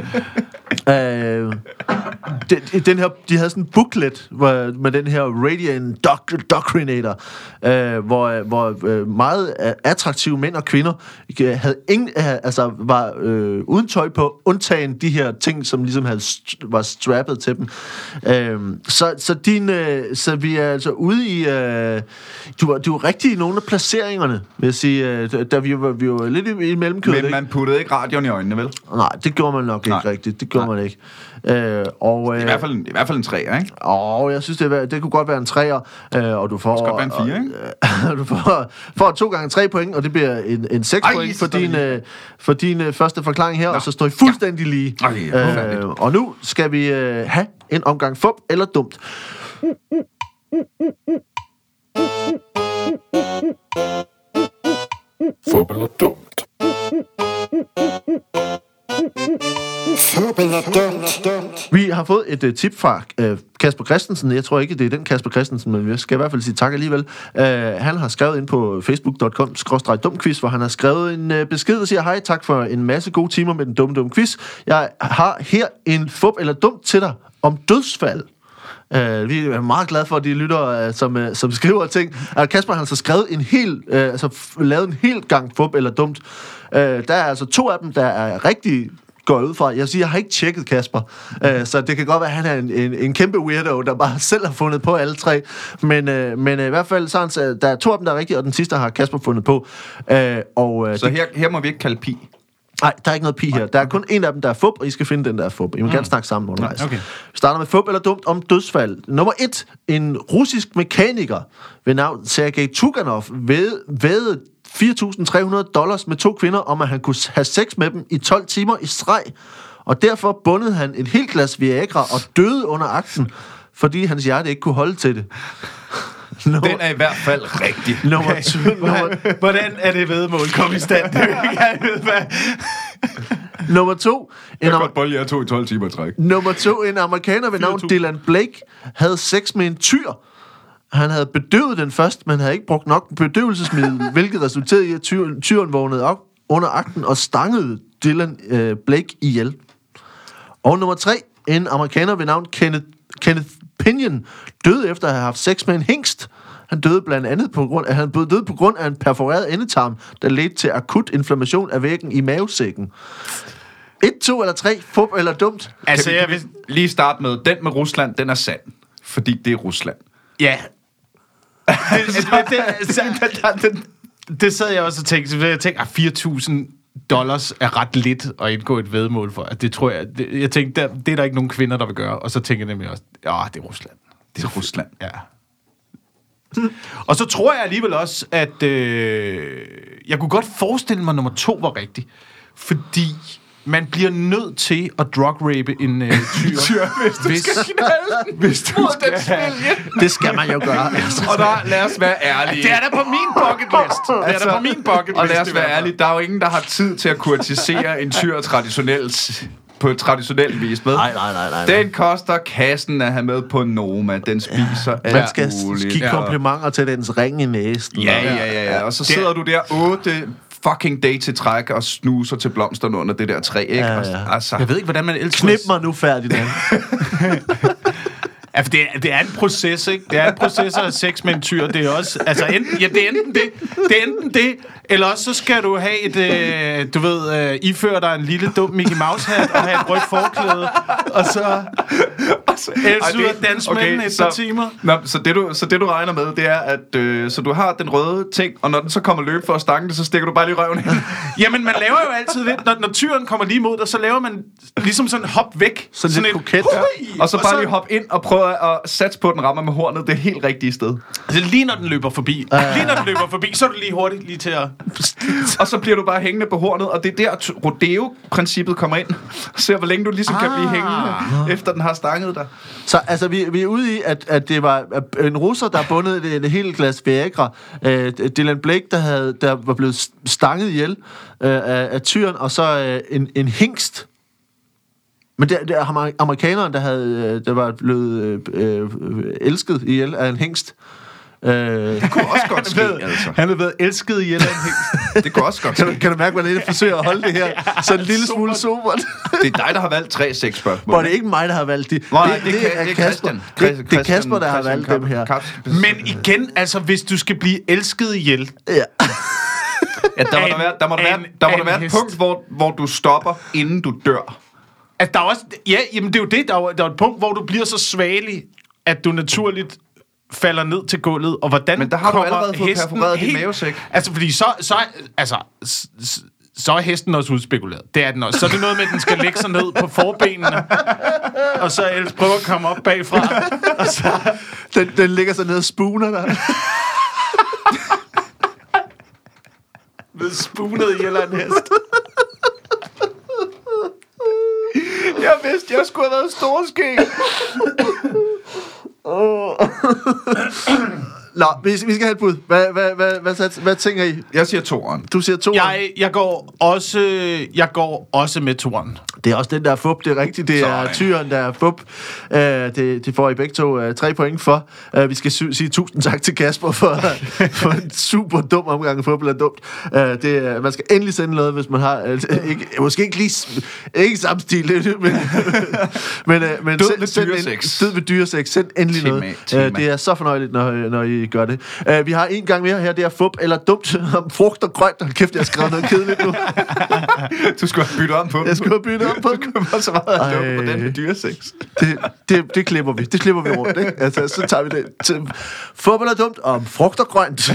øh, den, den her, de havde sådan en booklet hvor, med den her Radiant doc, Doctrinator, øh, hvor, hvor øh, meget attraktive mænd og kvinder havde ingen, altså, var øh, uden tøj på, undtagen de her ting, som ligesom havde st- var strappet til dem. Øh, så, så, din, øh, så vi er altså ude i... Øh, du, var, du var rigtig i nogle af placeringerne, vil jeg sige, øh, da vi var, vi var lidt i, i mellemkødet. Men man puttede ikke radioen i øjnene, vel? Nej, det gjorde man nok Nej. ikke rigtigt. Det gjorde Nej. man ikke. Øh, og, øh, I hvert fald, i hvert fald en træer, ikke? Og jeg synes, det, det kunne godt være en treer, øh, og du får... Det skal godt være en fire, ikke? Øh, du får, får to gange tre point, og det bliver en, en seks Ej, point for din, øh, for din øh, første forklaring her, Nå. og så står I fuldstændig lige. Ej, øh, og nu skal vi øh, have en omgang fup eller dumt. Fup eller dumt. Vi har fået et uh, tip fra uh, Kasper Christensen. Jeg tror ikke, det er den Kasper Christensen, men jeg skal i hvert fald sige tak alligevel. Uh, han har skrevet ind på facebook punktum com skråstreg dumquiz, hvor han har skrevet en uh, besked og siger, hej, tak for en masse gode timer med den dumme dumme quiz. Jeg har her en fup eller dumt til dig om dødsfald. Uh, vi er meget glade for, at de lytter, uh, som, uh, som skriver ting. Uh, Kasper har altså skrevet en hel, uh, altså f- lavet en hel gang fup eller dumt. Uh, der er altså to af dem, der er rigtig går ud fra. Jeg siger, jeg har ikke tjekket Kasper, uh, så det kan godt være, at han er en, en, en kæmpe weirdo, der bare selv har fundet på alle tre. Men, uh, men uh, i hvert fald, så uh, der er to af dem, der er rigtige, og den sidste har Kasper fundet på. Uh, og, uh, Så her, her må vi ikke kalde pi. Nej, der er ikke noget pi her. Der er kun en af dem, der er fup, og I skal finde den, der er fup. I må mm. gerne snakke sammen undervejs. Okay. Vi starter med fup eller dumt om dødsfald. Nummer et. En russisk mekaniker ved navn Sergej Tuganov vædede fire tusind tre hundrede dollars med to kvinder om, at han kunne have sex med dem i tolv timer i streg. Og derfor bundede han et helt glas Viagra og døde under akten, fordi hans hjerte ikke kunne holde til det. Nummer, den er i hvert fald rigtig. Nummer to. Nummer, hvordan er det vedmål kom i stand? Det vil jeg gerne vide, hvad... Nummer to. Jeg har godt bolle jer to i tolv timer træk. Nummer to. En amerikaner ved navn Dylan Blake havde sex med en tyr. Han havde bedøvet den først, men havde ikke brugt nok bedøvelsesmiddel, hvilket resulterede i, at tyren, tyren vågnede op under akten og stangede Dylan øh, Blake ihjel. Og nummer tre. En amerikaner ved navn Kenneth, Kenneth Pinion døde efter at have haft sex med en hingst. Han døde blandt andet på grund af, han døde på grund af en perforeret endetarm, der ledte til akut inflammation af væggen i mavesækken. Et, to eller tre, fup eller dumt? Altså, jeg vil lige starte med, den med Rusland, den er sand. Fordi det er Rusland. Ja. det, det, det, det, det sad jeg også og tænkte, så jeg tænkte, at fire tusind dollars er ret lidt at indgå et væddemål for. Det tror jeg, det, jeg tænkte, der, det er der ikke nogen kvinder, der vil gøre. Og så tænker jeg nemlig også, ja, det er Rusland. Det er Rusland. Ja. Og så tror jeg alligevel også, at øh, jeg kunne godt forestille mig, at nummer to var rigtig. Fordi man bliver nødt til at drug-rape en uh, tyr. Tyr, hvis du hvis, skal knalde den. Hvis du skal den smilje. Det skal man jo gøre. Og der, lad os være ærlige. det er der på min bucket list. Det er Altså, der på min bucket list. Og lad os i være hvert fald. ærlige, der er jo ingen, der har tid til at kurtisere en tyr traditionelt på traditionel vis med. Nej, nej, nej, nej. Den koster kassen at have med på Noma. Den spiser Man alt skal muligt. give komplimenter til dens ring i næsten. Ja, ja, ja, ja. Og så sidder du der otte fucking dage til træk og snuser til blomsterne under det der træ, ikke? Ja, ja. Og, altså, Jeg ved ikke, hvordan man elsker... Knip mig nu færdigt, Dan. Ja, for det, er, det er en proces, ikke? Det er en proces at have sex med en tyr. Det er også... Altså, enten, ja, det er enten det. Det er enten det, eller også så skal du have et... Øh, du ved, øh, iføre dig en lille dum Mickey Mouse-hat og have et rødt forklæde, og så... Ellers ud at danse med den et par timer. Nå, så, det, du, så det, du regner med, det er, at øh, så du har den røde ting, og når den så kommer løb for at stange det, så stikker du bare lige røven ind. Jamen, man laver jo altid lidt... Når, når tyren kommer lige mod dig, så laver man ligesom sådan en hop væk. Sådan lidt et, koket. Hui! Og så bare lige hoppe ind og prøve at satse på, at den rammer med hornet det helt rigtige sted. Altså, lige når den løber forbi. Uh. Lige når den løber forbi, så er du lige hurtigt lige til at... Og så bliver du bare hængende på hornet, og det er der, at rodeo-princippet kommer ind. Se, hvor længe du ligesom ah. kan blive hængende, efter den har stanget dig. Så altså, vi, vi er ude i, at, at det var en russer, der bundet en, en hel glas Viagra. Uh, Dylan Blake, der, havde, der var blevet stanget ihjel uh, af, af tyren, og så uh, en, en hingst. Men det, det er amerikaneren, der, havde, der var blevet øh, øh, elsket ihjel af en hingst. Øh, det kunne også godt ske, altså. Han har været elsket ihjel af en hingst. Det kunne også godt kan, ske. du, kan du mærke, hvordan jeg forsøger at holde det her så en lille smule sobert? Det er dig, der har valgt tre seks spørgsmål. Hvor det er ikke mig, der har valgt de. Nej, det, det, det, det, er det, Kasper. Christian. Det, det er Kasper, der har valgt dem her. Men igen, altså, hvis du skal blive elsket ihjel... Ja. Ja, der må der være, der må der være, der må der være et hest. punkt, hvor, hvor du stopper, inden du dør. Altså, der er også... Ja, jamen, det er jo det. Der er, der er et punkt, hvor du bliver så svagelig, at du naturligt falder ned til gulvet, og hvordan Men der har du kommer allerede fået hesten perforeret din helt- mavesæk. Altså, fordi så... så altså, s- s- så er hesten også udspekuleret. Det er den også. Så er det noget med, at den skal lægge sig ned på forbenene, og så ellers prøve at komme op bagfra. Og så... Den, den ligger så ned og spooner der. Ved spunet ihjel af en hest. Jeg vidste, jeg skulle have været storske. Nå, vi, vi skal have et bud. Hvad, hvad, hvad, hvad, hvad, hvad tænker I? Jeg siger toeren. Du siger to. Jeg, jeg, går også, jeg går også med toren. Det er også den, der er fup, det er rigtigt. Det er Sådan. tyren, der er fup. Uh, det, det får I begge to uh, tre point for. Uh, vi skal sy- sige tusind tak til Kasper for, for en super dum omgang. Fup eller dumt. Uh, det, uh, man skal endelig sende noget, hvis man har... Uh, ikke, måske ikke lige... s- Ikke samme stil, det, men... men, uh, men Død send- ved send dyresex. en- Død ved dyresex. Send endelig Tema, noget. tema. Uh, det er så fornøjeligt, når, når I gør det. Uh, vi har en gang mere her. Det er fup eller dumt om frugt og grønt. Hold kæft, jeg har skrevet noget kedeligt nu. Du skulle have byttet om på dem. Jeg skulle have byttet om på Du dem. skulle have så meget Ej. at dumme på den med dyresex. Det, det, det klipper vi. Det klipper vi rundt, ikke? Altså, så tager vi det. til- Fodbold er dumt om frugt og grønt.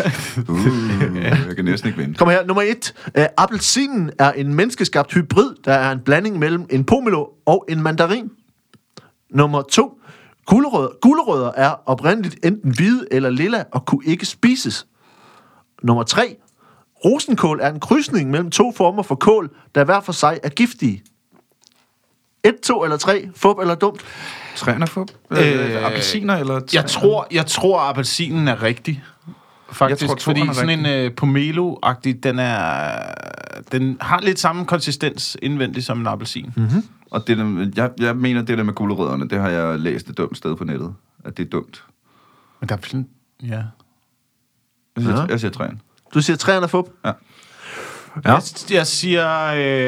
Uh, jeg kan næsten ikke vinde. Kom her, nummer et. Uh, appelsinen er en menneskeskabt hybrid, der er en blanding mellem en pomelo og en mandarin. Nummer to. Gulerødder, gulerødder er oprindeligt enten hvide eller lilla og kunne ikke spises. Nummer tre. Rosenkål er en krydsning mellem to former for kål, der hver for sig er giftige. Et, to eller tre. Fup eller dumt? Træner for Øh, øh, appelsiner eller Jeg tror, jeg tror, at appelsinen er rigtig. Faktisk, Jeg tror, toeren fordi er sådan en uh, pomelo-agtig, den er, den har lidt samme konsistens indvendigt som en appelsin. Mm-hmm. Og det der, jeg, jeg mener, det der med gulerødderne, det har jeg læst et dumt sted på nettet. At det er dumt. Men der er sådan, ja. Jeg siger, Ja. jeg siger træen. Du siger træerne fup? Ja. Ja. Jeg, jeg siger,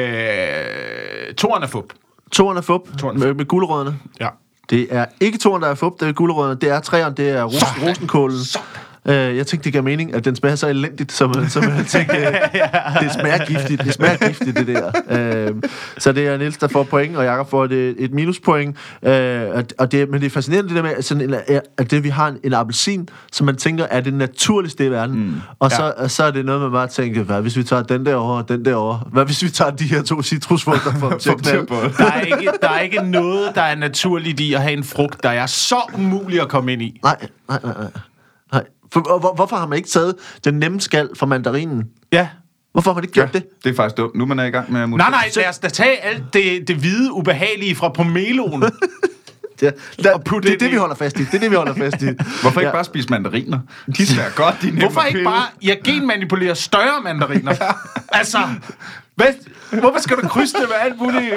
øh, toren er fup. Toren er fup Toren er fup. med, med gulerødderne. Ja. Det er ikke toren, der er fup, det er gulerødderne. Det er træerne, det er ros, rosenkålen. Uh, jeg tænkte, det gav mening, at den smager så elendigt, som, som jeg tænkte, uh, det smager giftigt, det smager giftigt, det der. Uh, så det er Niels, der får point, og Jakob får et, et minuspoint. Uh, og det, men det er fascinerende, det der med, at, sådan en, at det, vi har en, en appelsin, som man tænker er det naturligste i verden. Mm. Og så, ja. så er det noget, man bare tænker, hvad hvis vi tager den der over og den der over? Hvad hvis vi tager de her to citrusfrugter for dem til at knalde? Der er, ikke, der er ikke noget, der er naturligt i at have en frugt, der er så umulig at komme ind i. Nej, nej, nej, nej. nej. For, og hvor, hvorfor har man ikke taget den nemme skal fra mandarinen? Ja. Hvorfor har man ikke gjort Ja, det? det er faktisk dumt. Nu er man er i gang med at Nej, nej, lad os da tage alt det, det hvide, ubehagelige fra pomeloen. Ja, lad, Og putte det er ind det, i- vi holder fast i. Det er det, vi holder fast i. Hvorfor ikke Ja. bare spise mandariner? De smager godt, de er nemme Hvorfor at ikke pille. bare jeg genmanipulerer større mandariner? Altså, hvad, hvorfor skal du krydse det med alt muligt?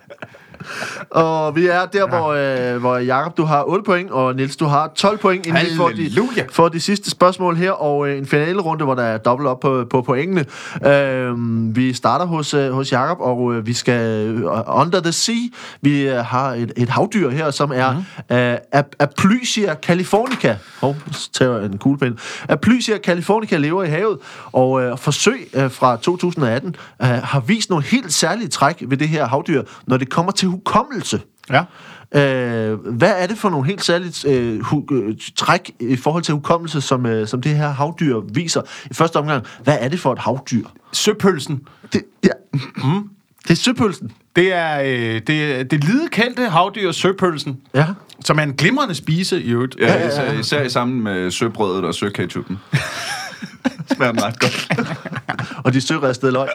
Og vi er der, hvor, øh, hvor Jakob, du har otte point, og Niels, du har tolv point, inden vi får de, Halleluja. får de sidste spørgsmål her, og øh, en finalerunde, hvor der er dobbelt op på, på pointene. Øh, vi starter hos, øh, hos Jakob, og øh, vi skal øh, under the sea. Vi øh, har et, et havdyr her, som er mm-hmm. øh, Ap- Aplysia californica. Hov, så tager jeg en kuglepen. Aplysia californica lever i havet, og øh, forsøg øh, fra to tusind og atten øh, har vist nogle helt særlige træk ved det her havdyr, når det kommer til hukommelse. Ja. Øh, hvad er det for nogle helt særlige øh, hu- øh, træk i forhold til hukommelse, som, øh, som det her havdyr viser? I første omgang, hvad er det for et havdyr? Søpølsen. Det, ja. mm. det er søpølsen. Det er øh, det, det lidekendte havdyr søpølsen, Ja. som er en glimrende spise i øvrigt. Ja, især, især i sammen med søbrødet og søketchupen. Smager den ret godt. Og de søristede løg.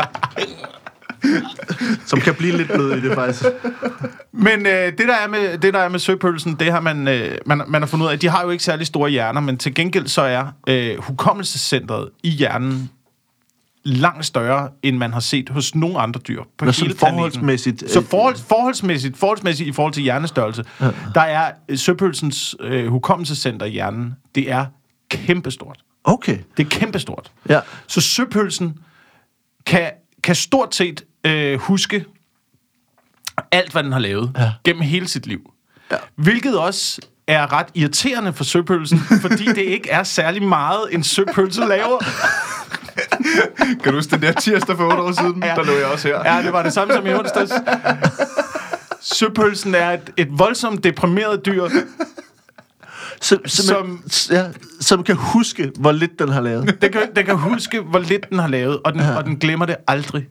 Som kan blive lidt bløde i det, faktisk. Men øh, det, der er med, det, der er med søpølsen, det har man, øh, man, man har fundet ud af, de har jo ikke særlig store hjerner, men til gengæld så er øh, hukommelsescentret i hjernen langt større, end man har set hos nogen andre dyr på Nå, hele sådan forholdsmæssigt, planeten. Så øh, forhold, forholdsmæssigt, forholdsmæssigt i forhold til hjernestørrelse, ja. der er øh, søpølsens øh, hukommelsescenter i hjernen, det er kæmpestort. Okay. Det er kæmpestort. Ja. Så søpølsen kan, kan stort set øh, huske alt, hvad den har lavet Ja. gennem hele sit liv. Ja. Hvilket også er ret irriterende for søpølsen, fordi det ikke er særlig meget, en søpølse laver. Kan du huske den der tirsdag for otte år siden? Ja. Der lå jeg også her. Ja, det var det samme som i onsdags. Søpølsen er et, et voldsomt deprimeret dyr, Så, som, som, ja, som kan huske, hvor lidt den har lavet. den kan, den kan huske, hvor lidt den har lavet, og den, ja. og den glemmer det aldrig.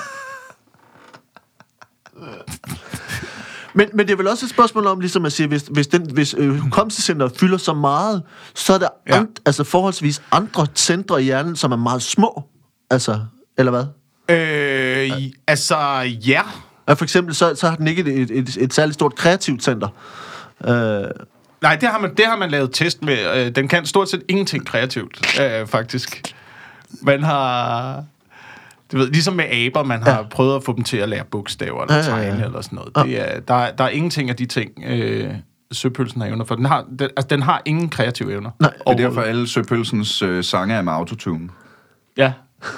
Men, men det er vel også et spørgsmål om, ligesom at sige, hvis, hvis, den, hvis øh, hukommelsescenteret fylder så meget, så er der Ja. and, altså forholdsvis andre centre i hjernen, som er meget små. Altså, eller hvad? Øh, altså, ja. Ja, for eksempel, så, så har den ikke et, et, et, et særligt stort kreativt center. Øh, Nej, det har man, det har man lavet test med. Øh, Den kan stort set ingenting kreativt, øh, faktisk. Man har... Du ved, ligesom med aber, man har ja. prøvet at få dem til at lære bogstaver eller Ja, ja, ja. tegne eller sådan noget. Det er, der, er- der er ingenting af de ting, øh, søpølsen har evner for. Den har, den, altså, den har ingen kreative evner. Nej, Det er derfor, alle søpølsens øh, sange er med autotune. Ja.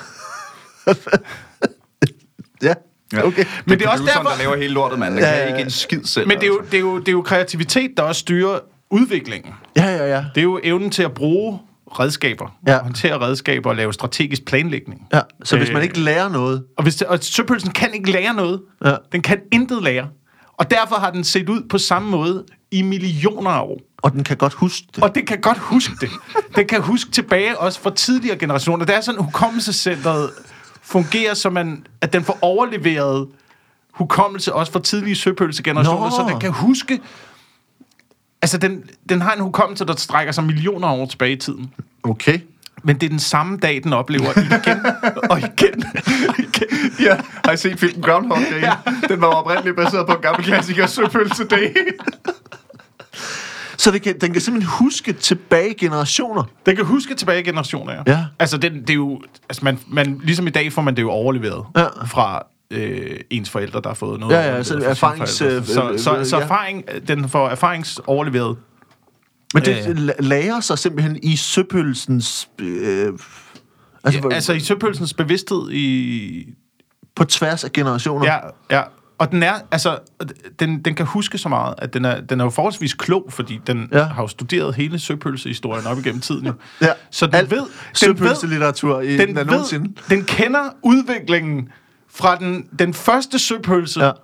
ja, Ja. okay. Men det er også produceren, derfor- der laver hele lortet, mand. Den Ja, kan ja, ja. ikke en skid selv. Men det er, jo, altså. det, er jo, det er jo kreativitet, der også styrer udviklingen. Ja, ja, ja. Det er jo evnen til at bruge redskaber, Ja. håndtere redskaber og lave strategisk planlægning. ja. Så hvis Øh. man ikke lærer noget... Og, hvis det, og søpølsen kan ikke lære noget. Ja. Den kan intet lære. Og derfor har den set ud på samme måde i millioner af år. Og den kan godt huske det. Og den kan godt huske det. Den kan huske tilbage også fra tidligere generationer. Det er sådan, at hukommelsescentret fungerer, så man, at den får overleveret hukommelse også fra tidlige søpølsegenerationer, Nå. så den kan huske... Altså, den, den har en hukommelse, der strækker sig millioner af år tilbage i tiden. Okay. Men det er den samme dag, den oplever igen og igen og igen. Ja, har I set filmen Groundhog Day? Ja. Den var oprindeligt baseret på en gammel klassiker, Søpølse Day. Så det kan, den kan simpelthen huske tilbage generationer. Den kan huske tilbage i generationer, ja. Ja. Altså, den, det er jo... Altså, man, man, ligesom i dag får man det jo overleveret Ja. fra øh, ens forældre, der har fået noget. Ja, ja, overleveret så fra sine erfarings- forældre. øh, Så, så, øh, så ja. erfaring, den får erfaringsoverleveret. Men det Øh. la- lærer sig simpelthen i søpølsens... Øh, altså, Ja, altså, i søpølsens bevidsthed i... på tværs af generationer. Ja, ja. Og den er, altså, den, den kan huske så meget, at den er, den er jo forholdsvis klog, fordi den Ja. ja. har jo studeret hele søpølsehistorien op igennem tiden. Jo. Ja. Så den Alt ved... Den søpølselitteratur i den, den, den ved, nogensinde. den kender udviklingen fra den, den første søpølse, Ja. ja.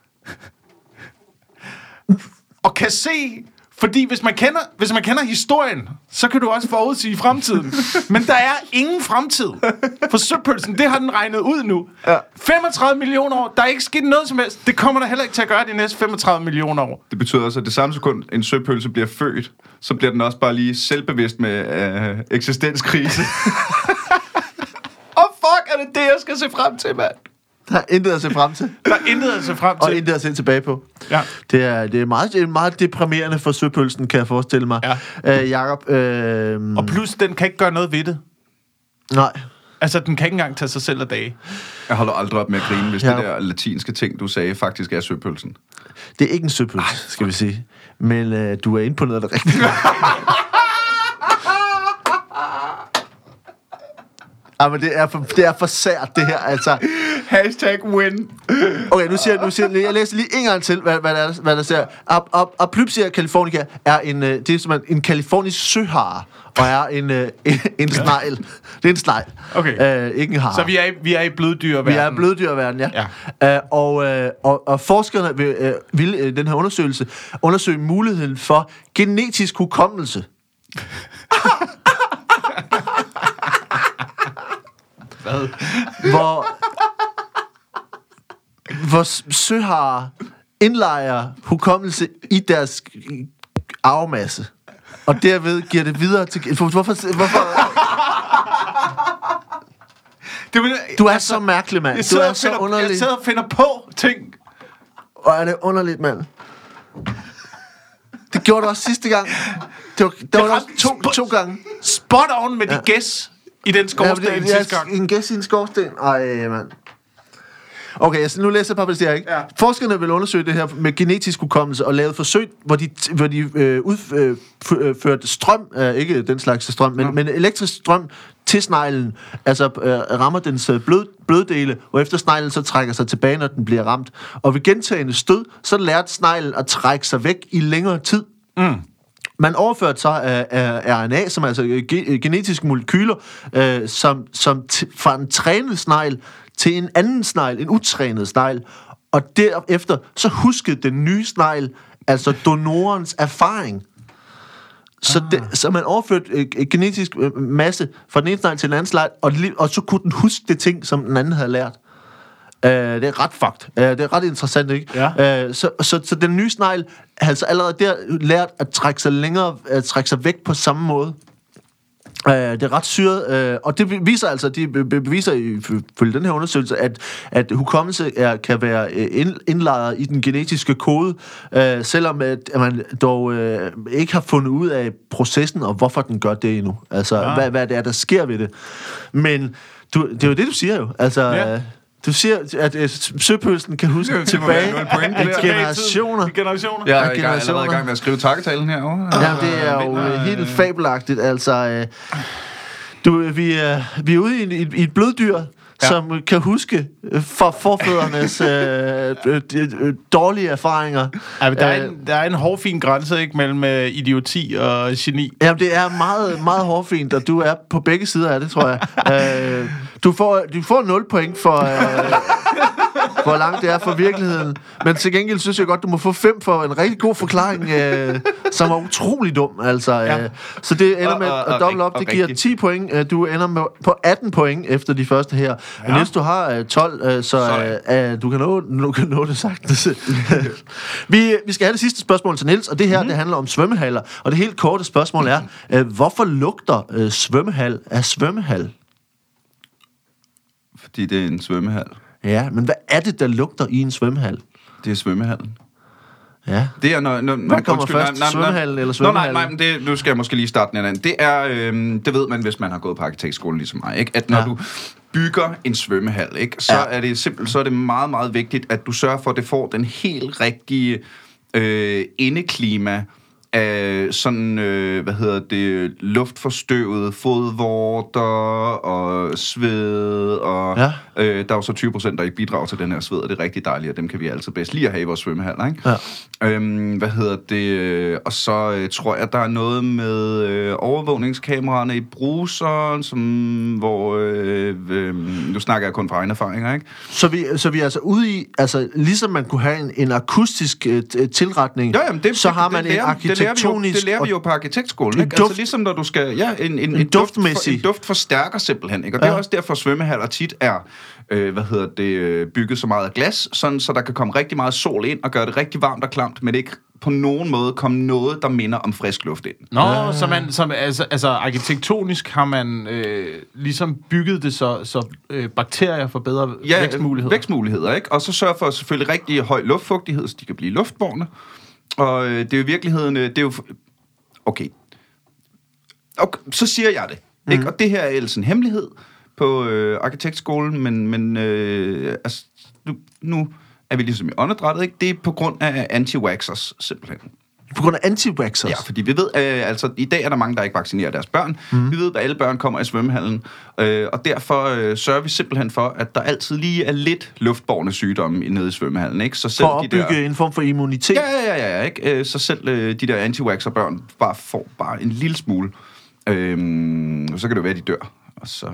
og kan se... Fordi hvis man, kender, hvis man kender historien, så kan du også forudsige fremtiden. Men der er ingen fremtid for søpølsen. Det har den regnet ud nu. Ja. femogtredive millioner år. Der er ikke sket noget som helst. Det kommer der heller ikke til at gøre de næste femogtredive millioner år. Det betyder også, at det samme sekund, en søpølse bliver født, så bliver den også bare lige selvbevidst med øh, eksistenskrise. Åh, oh, fuck, er jeg skal se frem til, mand. Der er intet at se frem til. Der er intet at se frem til. Og intet at se tilbage på. Ja. Det er, det er, meget, det er meget deprimerende for søpølsen, kan jeg forestille mig. Ja. Øh, Jakob, øh, Og plus, den kan ikke gøre noget ved det. Nej. Altså, den kan ikke engang tage sig selv af dage. Jeg holder aldrig op med at grine, hvis Ja. det der latinske ting, du sagde, faktisk er søpølsen. Det er ikke en søpølse, skal vi sige. Men øh, du er inde på noget af det rigtige. Ja, men det er for, det er for sært, det her, altså. Hashtag win. Okay, nu siger, nu siger jeg læser lige en gang til, hvad, hvad, der, hvad der siger. Aplypsia californica er en, øh, det er simpelthen en kalifornisk søhare, og er en, øh, en, en snegl. Det er en snegl. Okay. Øh, ikke en hare. Så vi er, i- vi er i bløddyrverden. Vi er bløddyrverden, ja. ja. Øh, og, øh, og, og forskerne vil, øh, vil øh, den her undersøgelse undersøge muligheden for genetisk hukommelse. Hvad? Hvor, hvor søharer indlejer hukommelse i deres arvemasse. Og derved giver det videre til... Hvorfor... hvorfor Det vil, du er altså, så mærkelig, mand. Du er så finder, underlig. Jeg sidder og finder på ting. Og er det underligt, mand. Det gjorde du også sidste gang. Det var, det var også to, to gange. Spot on med ja. de gæs i den skorsten ja, det, sidste gang. En gæs i en skorsten. Ej, mand. Okay, så nu læser jeg bare, hvad det er, ikke? Ja. Forskerne vil undersøge det her med genetisk hukommelse og lave forsøg, hvor de, hvor de øh, udførte strøm, øh, ikke den slags strøm, men, ja. men elektrisk strøm til sneglen, altså øh, rammer dens blød, bløddele, og efter sneglen så trækker sig tilbage, når den bliver ramt. Og ved gentagende stød, så lærte sneglen at trække sig væk i længere tid. Mm. Man overførte så af, af R N A, som er altså ge, genetiske molekyler, øh, som, som t- fra en trænet snegl til en anden snegl, en utrænet snegl, og derefter så huskede den nye snegl altså donorens erfaring. Så, ah. det, så man overførte øh, genetisk øh, masse fra den ene snegl til den anden snegl, og, og så kunne den huske det ting, som den anden havde lært. Uh, det er ret fakt. Uh, det er ret interessant, ikke? Ja. Uh, så, så, så den nye snegl har altså allerede der lært at trække sig længere, at trække sig væk på samme måde. Uh, det er ret syret, uh, og det viser altså, de beviser ifølge den her undersøgelse, at, at hukommelse er, kan være indlejret i den genetiske kode, uh, selvom at man dog uh, ikke har fundet ud af processen, og hvorfor den gør det endnu. Altså, ja. hvad, hvad det er, der sker ved det. Men du, det er jo det, du siger jo. Altså... Ja. Du siger, at øh, søpølsen kan huske det tilbage point, af generationer. generationer. Jeg er i gang, allerede i gang med at skrive takketalen herovre. Ja, det er jo øh, helt fabelagtigt. Altså, øh, du, vi, er, vi er ude i, i, i et bløddyr, ja. som kan huske for forfædrenes øh, øh, dårlige erfaringer. Ja, der, er en, der er en hårfin grænse, ikke, mellem øh, idioti og geni. Jamen, det er meget, meget hårfint, og du er på begge sider af det, tror jeg. øh, du, får, du får nul point for... Øh, hvor langt det er fra virkeligheden. Men til gengæld synes jeg godt, du må få fem for en rigtig god forklaring, øh, som var utrolig dum. Altså, øh, ja. Så det ender med at dobbelt op. Det giver ti point. Øh, du ender med, på atten point efter de første her. Ja. Niels, du har øh, tolv, øh, så øh, øh, du, kan nå, du kan nå det sagtens. vi, vi skal have det sidste spørgsmål til Niels, og det her, mm-hmm. det handler om svømmehaller. Og det helt korte spørgsmål er, øh, hvorfor lugter øh, svømmehal af svømmehal? Fordi det er en svømmehal. Ja, men hvad er det, der lugter i en svømmehal? Det er svømmehallen. Ja. Det er når, når hvad kommer undskyld, først, nej, svømmehallen eller svømmehallen? Nej, nej, men det, nu skal jeg måske lige starte den anden. Det er, øhm, det ved man, hvis man har gået på arkitektskolen ligesom mig, ikke? At når ja. du bygger en svømmehal, ikke, så ja. er det simpelt, så er det meget, meget vigtigt, at du sørger for, at det får den helt rigtige øh, indeklima af sådan, øh, hvad hedder det, luftforstøvet fodvorter og sved, og ja. øh, der er jo så tyve procent, der ikke bidrager til den her sved, og det er rigtig dejligt, og dem kan vi altid bedst lige at have i vores svømmehaller, ikke? Ja. Øhm, hvad hedder det, og så øh, tror jeg, der er noget med øh, overvågningskameraerne i bruseren, som, hvor, øh, øh, nu snakker jeg kun fra egne erfaringer, ikke? Så vi, så vi er altså ude i, altså ligesom man kunne have en, en akustisk øh, tilretning, ja, jamen, det, så har man det, det, en arkitekt Det lærer vi jo, det lærer vi jo på arkitektskolen, ikke? Duft, altså ligesom når du skal... Ja, en, en, en, en, duft, for, en duft forstærker simpelthen, ikke? Og ja. det er også derfor, svømmehaller tit er, øh, hvad hedder det, bygget så meget af glas, sådan, så der kan komme rigtig meget sol ind og gøre det rigtig varmt og klamt, men ikke på nogen måde komme noget, der minder om frisk luft ind. Nå, ja. så man, som, altså, altså arkitektonisk har man øh, ligesom bygget det, så, så øh, bakterier får bedre ja, vækstmuligheder. vækstmuligheder, ikke? Og så sørger for selvfølgelig rigtig høj luftfugtighed, så de kan blive luftbårne. Og øh, det er jo i virkeligheden, det er jo... Okay. okay så siger jeg det, mm. ikke? Og det her er ellers en hemmelighed på øh, arkitektskolen, men, men øh, altså, nu, nu er vi ligesom i åndedrættet, ikke? Det er på grund af anti-vaxxers, simpelthen. På grund af anti-vaxxers? Ja, fordi vi ved, øh, altså i dag er der mange, der ikke vaccinerer deres børn. Mm. Vi ved, at alle børn kommer i svømmehallen, øh, og derfor øh, sørger vi simpelthen for, at der altid lige er lidt luftbårne sygdomme nede i svømmehallen, ikke? Så selv for at opbygge de der, en form for immunitet? Ja, ja, ja, ja, ikke? Så selv øh, de der anti-vaxxer børn bare får bare en lille smule, øh, og så kan det være, at de dør. Og så... Øh,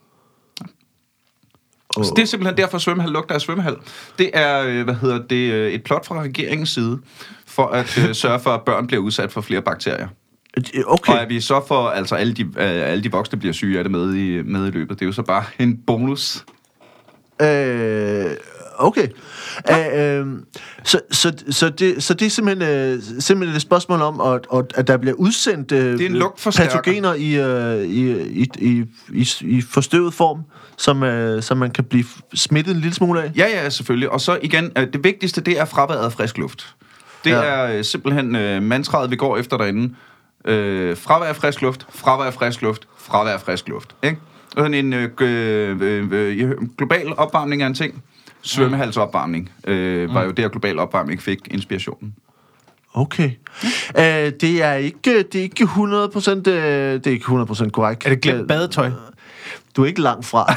Oh. Så det er simpelthen derfor, at svømmehal lugter af svømmehal. Det er, hvad hedder det, et plot fra regeringens side, for at uh, sørge for, at børn bliver udsat for flere bakterier. Okay. Og at vi så får, altså alle de, uh, alle de voksne bliver syge af det med i, med i løbet. Det er jo så bare en bonus. Øh, okay. Ja. Øh, øh, så, så, så, det, så det er simpelthen, øh, simpelthen et spørgsmål om, at, at der bliver udsendt øh, det er en patogener i, øh, i, i, i, i, i forstøvet form, som, øh, som man kan blive smittet en lille smule af? Ja, ja, selvfølgelig. Og så igen, øh, det vigtigste, det er fraværet af frisk luft. Det ja. er øh, simpelthen øh, mantraet, vi går efter derinde. Øh, fravær af frisk luft, fravær af frisk luft, fravær af frisk luft. Ikke? Sådan en øh, øh, øh, global opvarmning er en ting. Svømmehalsopvarmning øh, var jo der, global opvarmning fik inspirationen. Okay. Ja. Øh, det er ikke det er ikke hundrede procent øh, det er ikke hundrede procent korrekt. Er det glemt badetøj? Du er ikke langt fra.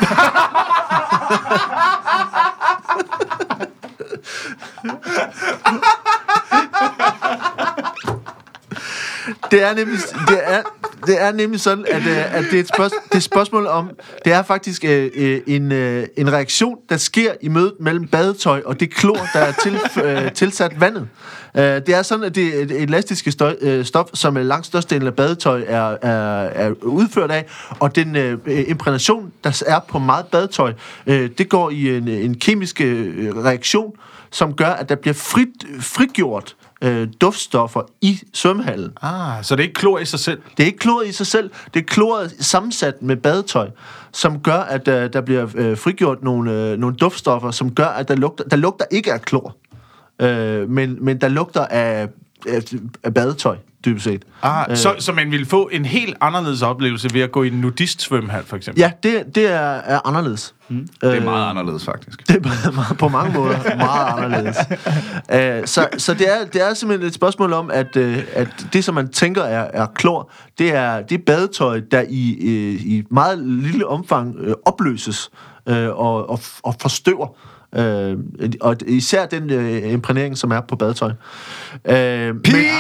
Det er nemlig det er det er nemlig sådan at, at det er et spørgsmål, det er et spørgsmål om det er faktisk øh, en øh, en reaktion der sker i mødet mellem badetøj og det klor der er til, øh, tilsat vandet. Uh, det er sådan at det er et elastiske støj, øh, stof som langt størstedelen af badetøj er, er, er udført af, og den øh, imprægnation der er på meget badetøj, øh, det går i en, en kemisk øh, reaktion som gør at der bliver frit, frigjort øh, duftstoffer i svømmehallen. Ah, så det er ikke klor i sig selv? Det er ikke klor i sig selv. Det er kloret sammensat med badetøj, som gør, at øh, der bliver øh, frigjort nogle, øh, nogle duftstoffer, som gør, at der lugter, der lugter ikke af klor, øh, men, men der lugter af, af, af badetøj, dybest set. Ah, øh, så, så man ville få en helt anderledes oplevelse ved at gå i en nudist-svømmehal, for eksempel? Ja, det, det er, er anderledes. Mm. Det er meget anderledes, faktisk. Det er meget, på mange måder meget anderledes. uh, så så det, er, det er simpelthen et spørgsmål om, at, uh, at det, som man tænker er, er klor, det er, det er badetøj, der i, uh, i meget lille omfang uh, opløses uh, og, og, og forstøver. Uh, og især den uh, imprægnering, som er på badetøj. Uh, Pi! Men,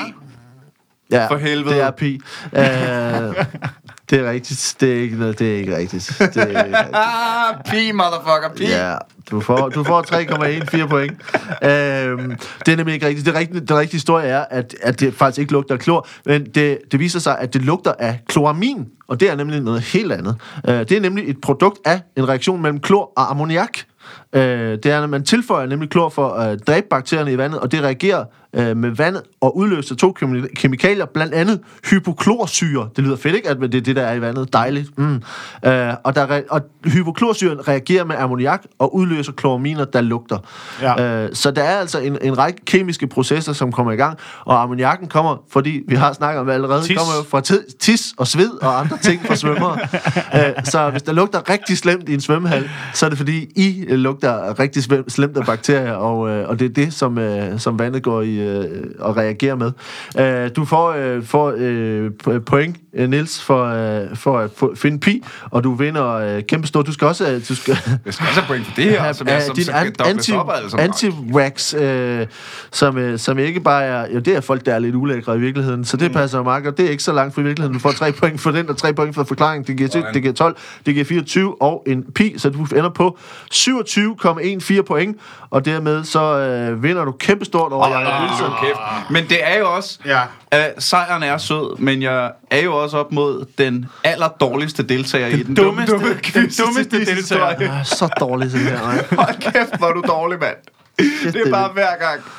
ja, for helvede. Det er pi. Uh, det er rigtigt. Det er ikke noget. Det er ikke rigtigt. Det er ikke rigtigt. Pi, motherfucker, pi. Ja, du får, du får tre komma fjorten point. Øhm, det er nemlig ikke rigtigt. Det rigtige, den rigtige historie er, at, at det faktisk ikke lugter af klor, men det, det viser sig, at det lugter af kloramin, og det er nemlig noget helt andet. Øh, det er nemlig et produkt af en reaktion mellem klor og ammoniak. Øh, det er, at man tilføjer nemlig klor for at dræbe bakterierne i vandet, og det reagerer øh, med vandet og udløser to kemi- kemikalier, blandt andet hypoklorsyre. Det lyder fedt, ikke? At det er det, der er i vandet. Dejligt. Mm. Øh, og, der re- og hypoklorsyren reagerer med ammoniak og udløser kloraminer, der lugter. Ja. Øh, så der er altså en, en række kemiske processer, som kommer i gang, og ammoniakken kommer, fordi vi har snakket om det allerede, tis. kommer jo fra t- tis og sved og andre ting fra svømmere. øh, så hvis der lugter rigtig slemt i en svømmehal, så er det fordi, I lugter rigtig slemt af bakterier, og, øh, og det er det, som, øh, som vandet går i øh, og reagerer med. Øh, du får, øh, får øh, point, Niels, for, øh, for at få, finde pi, og du vinder øh, kæmpe stort. Du skal også... Øh, du skal, jeg skal også have point for det her, som jeg som din skal dobles op. Altså. Anti-wax, øh, som, øh, som ikke bare er... Jo, det er folk, der er lidt ulækre i virkeligheden, så det passer jo meget godt. Det er ikke så langt fra virkeligheden. Du får tre point for den, og tre point for forklaringen. Det giver, det giver tolv, det giver fireogtyve, og en pi, så du ender på syvogtyve komma fjorten point, og dermed så øh, vinder du kæmpestort over oh, Jacob Wilson. Kæft. Men det er jo også... Ja. Uh, sejren er sød, men jeg er jo også op mod den allerdårligste deltager den i den dummeste, dumme, dumme den dummeste deltager. Ja, så dårlig sådan her. Hold kæft, hvor er du dårlig, mand. Det er bare hver gang.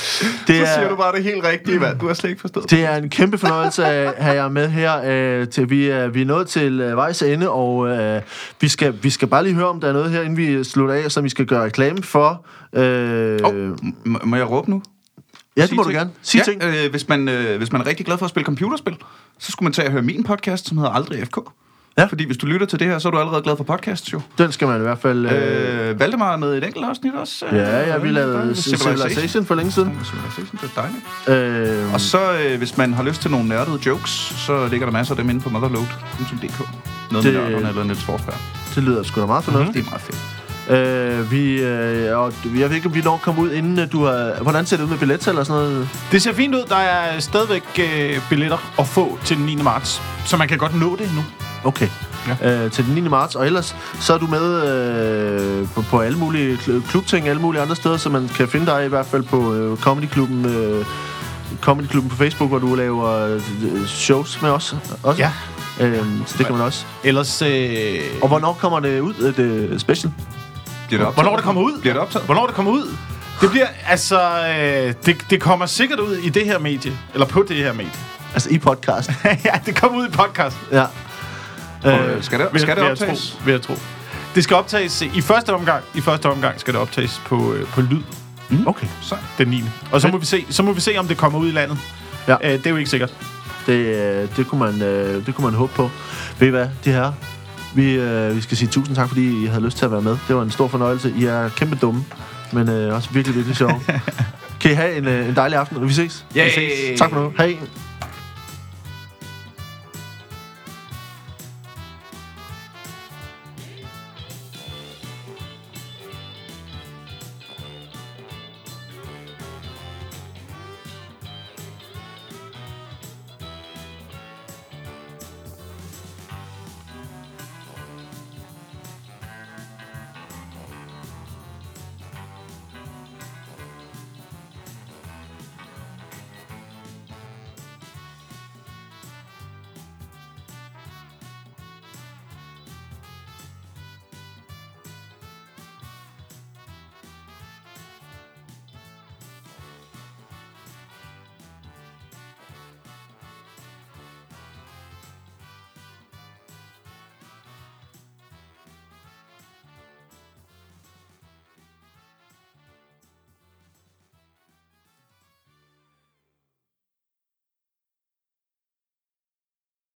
Det Så er, siger du bare det helt rigtige, mand. Du har slet ikke forstået. det er en kæmpe fornøjelse at have jer med her. Øh, til, vi, er, vi er nået til øh, vejs ende, og øh, vi, skal, vi skal bare lige høre, om der er noget her, inden vi slutter af, som vi skal gøre reklame for. Øh, oh, må, må jeg råbe nu? Ja, det Sige må du ting. gerne. Sig ja, ting. Øh, hvis, man, øh, hvis man er rigtig glad for at spille computerspil, så skulle man tage og høre min podcast, som hedder Aldrig F K. Ja. Fordi hvis du lytter til det her, så er du allerede glad for podcasts, jo. Den skal man i hvert fald... Øh... Øh, Valdemar med et enkelt afsnit også. Øh, Ja, ja, vi lavede Civilization for længe siden. Civilization, det er dejligt. Øh... Og så, øh, hvis man har lyst til nogle nørdede jokes, så ligger der masser af dem inde på motherload punktum d k. Noget Det- med nørderne eller Niels Forsberg. Det lyder sgu da meget fornuftigt. Det er meget fedt. Øh, vi, øh, og jeg ved ikke, om vi når at komme ud, inden øh, du har... Hvordan ser det ud med billetsalg og sådan noget? Det ser fint ud. Der er stadigvæk øh, billetter at få til den niende marts. Så man kan godt nå det nu. Okay. Ja. Øh, til den niende marts. Og ellers, så er du med øh, på, på alle mulige kl- klubting, alle mulige andre steder, så man kan finde dig i hvert fald på øh, Comedy Klubben, øh, Comedy Klubben på Facebook, hvor du laver øh, shows med os også. Ja. Øh, så det kan man også. Ellers... Øh... Og hvornår kommer det ud, øh, det special? Bliver det optaget? Hvornår det kommer ud? Bliver det optaget? Hvornår det kommer ud? Det bliver, altså... Øh, det, det kommer sikkert ud i det her medie. Eller på det her medie. Altså i podcast. Ja, det kommer ud i podcast. Ja. Øh, skal det, Vil- skal det vil jeg optages? tro, vil jeg tro. Det skal optages i første omgang. I første omgang skal det optages på, øh, på lyd Mm. Okay. Så. den niende. Og så må, vi se, så må vi se, om det kommer ud i landet. Ja. Øh, det er jo ikke sikkert. Det, øh, det, kunne man, øh, det kunne man håbe på. Ved I hvad, de her? Vi, øh, vi skal sige tusind tak, fordi I havde lyst til at være med. Det var en stor fornøjelse. I er kæmpe dumme, men øh, også virkelig, virkelig sjove. Kan I have en, øh, en dejlig aften, og vi ses. Yay! Vi ses. Tak for nu. Hej.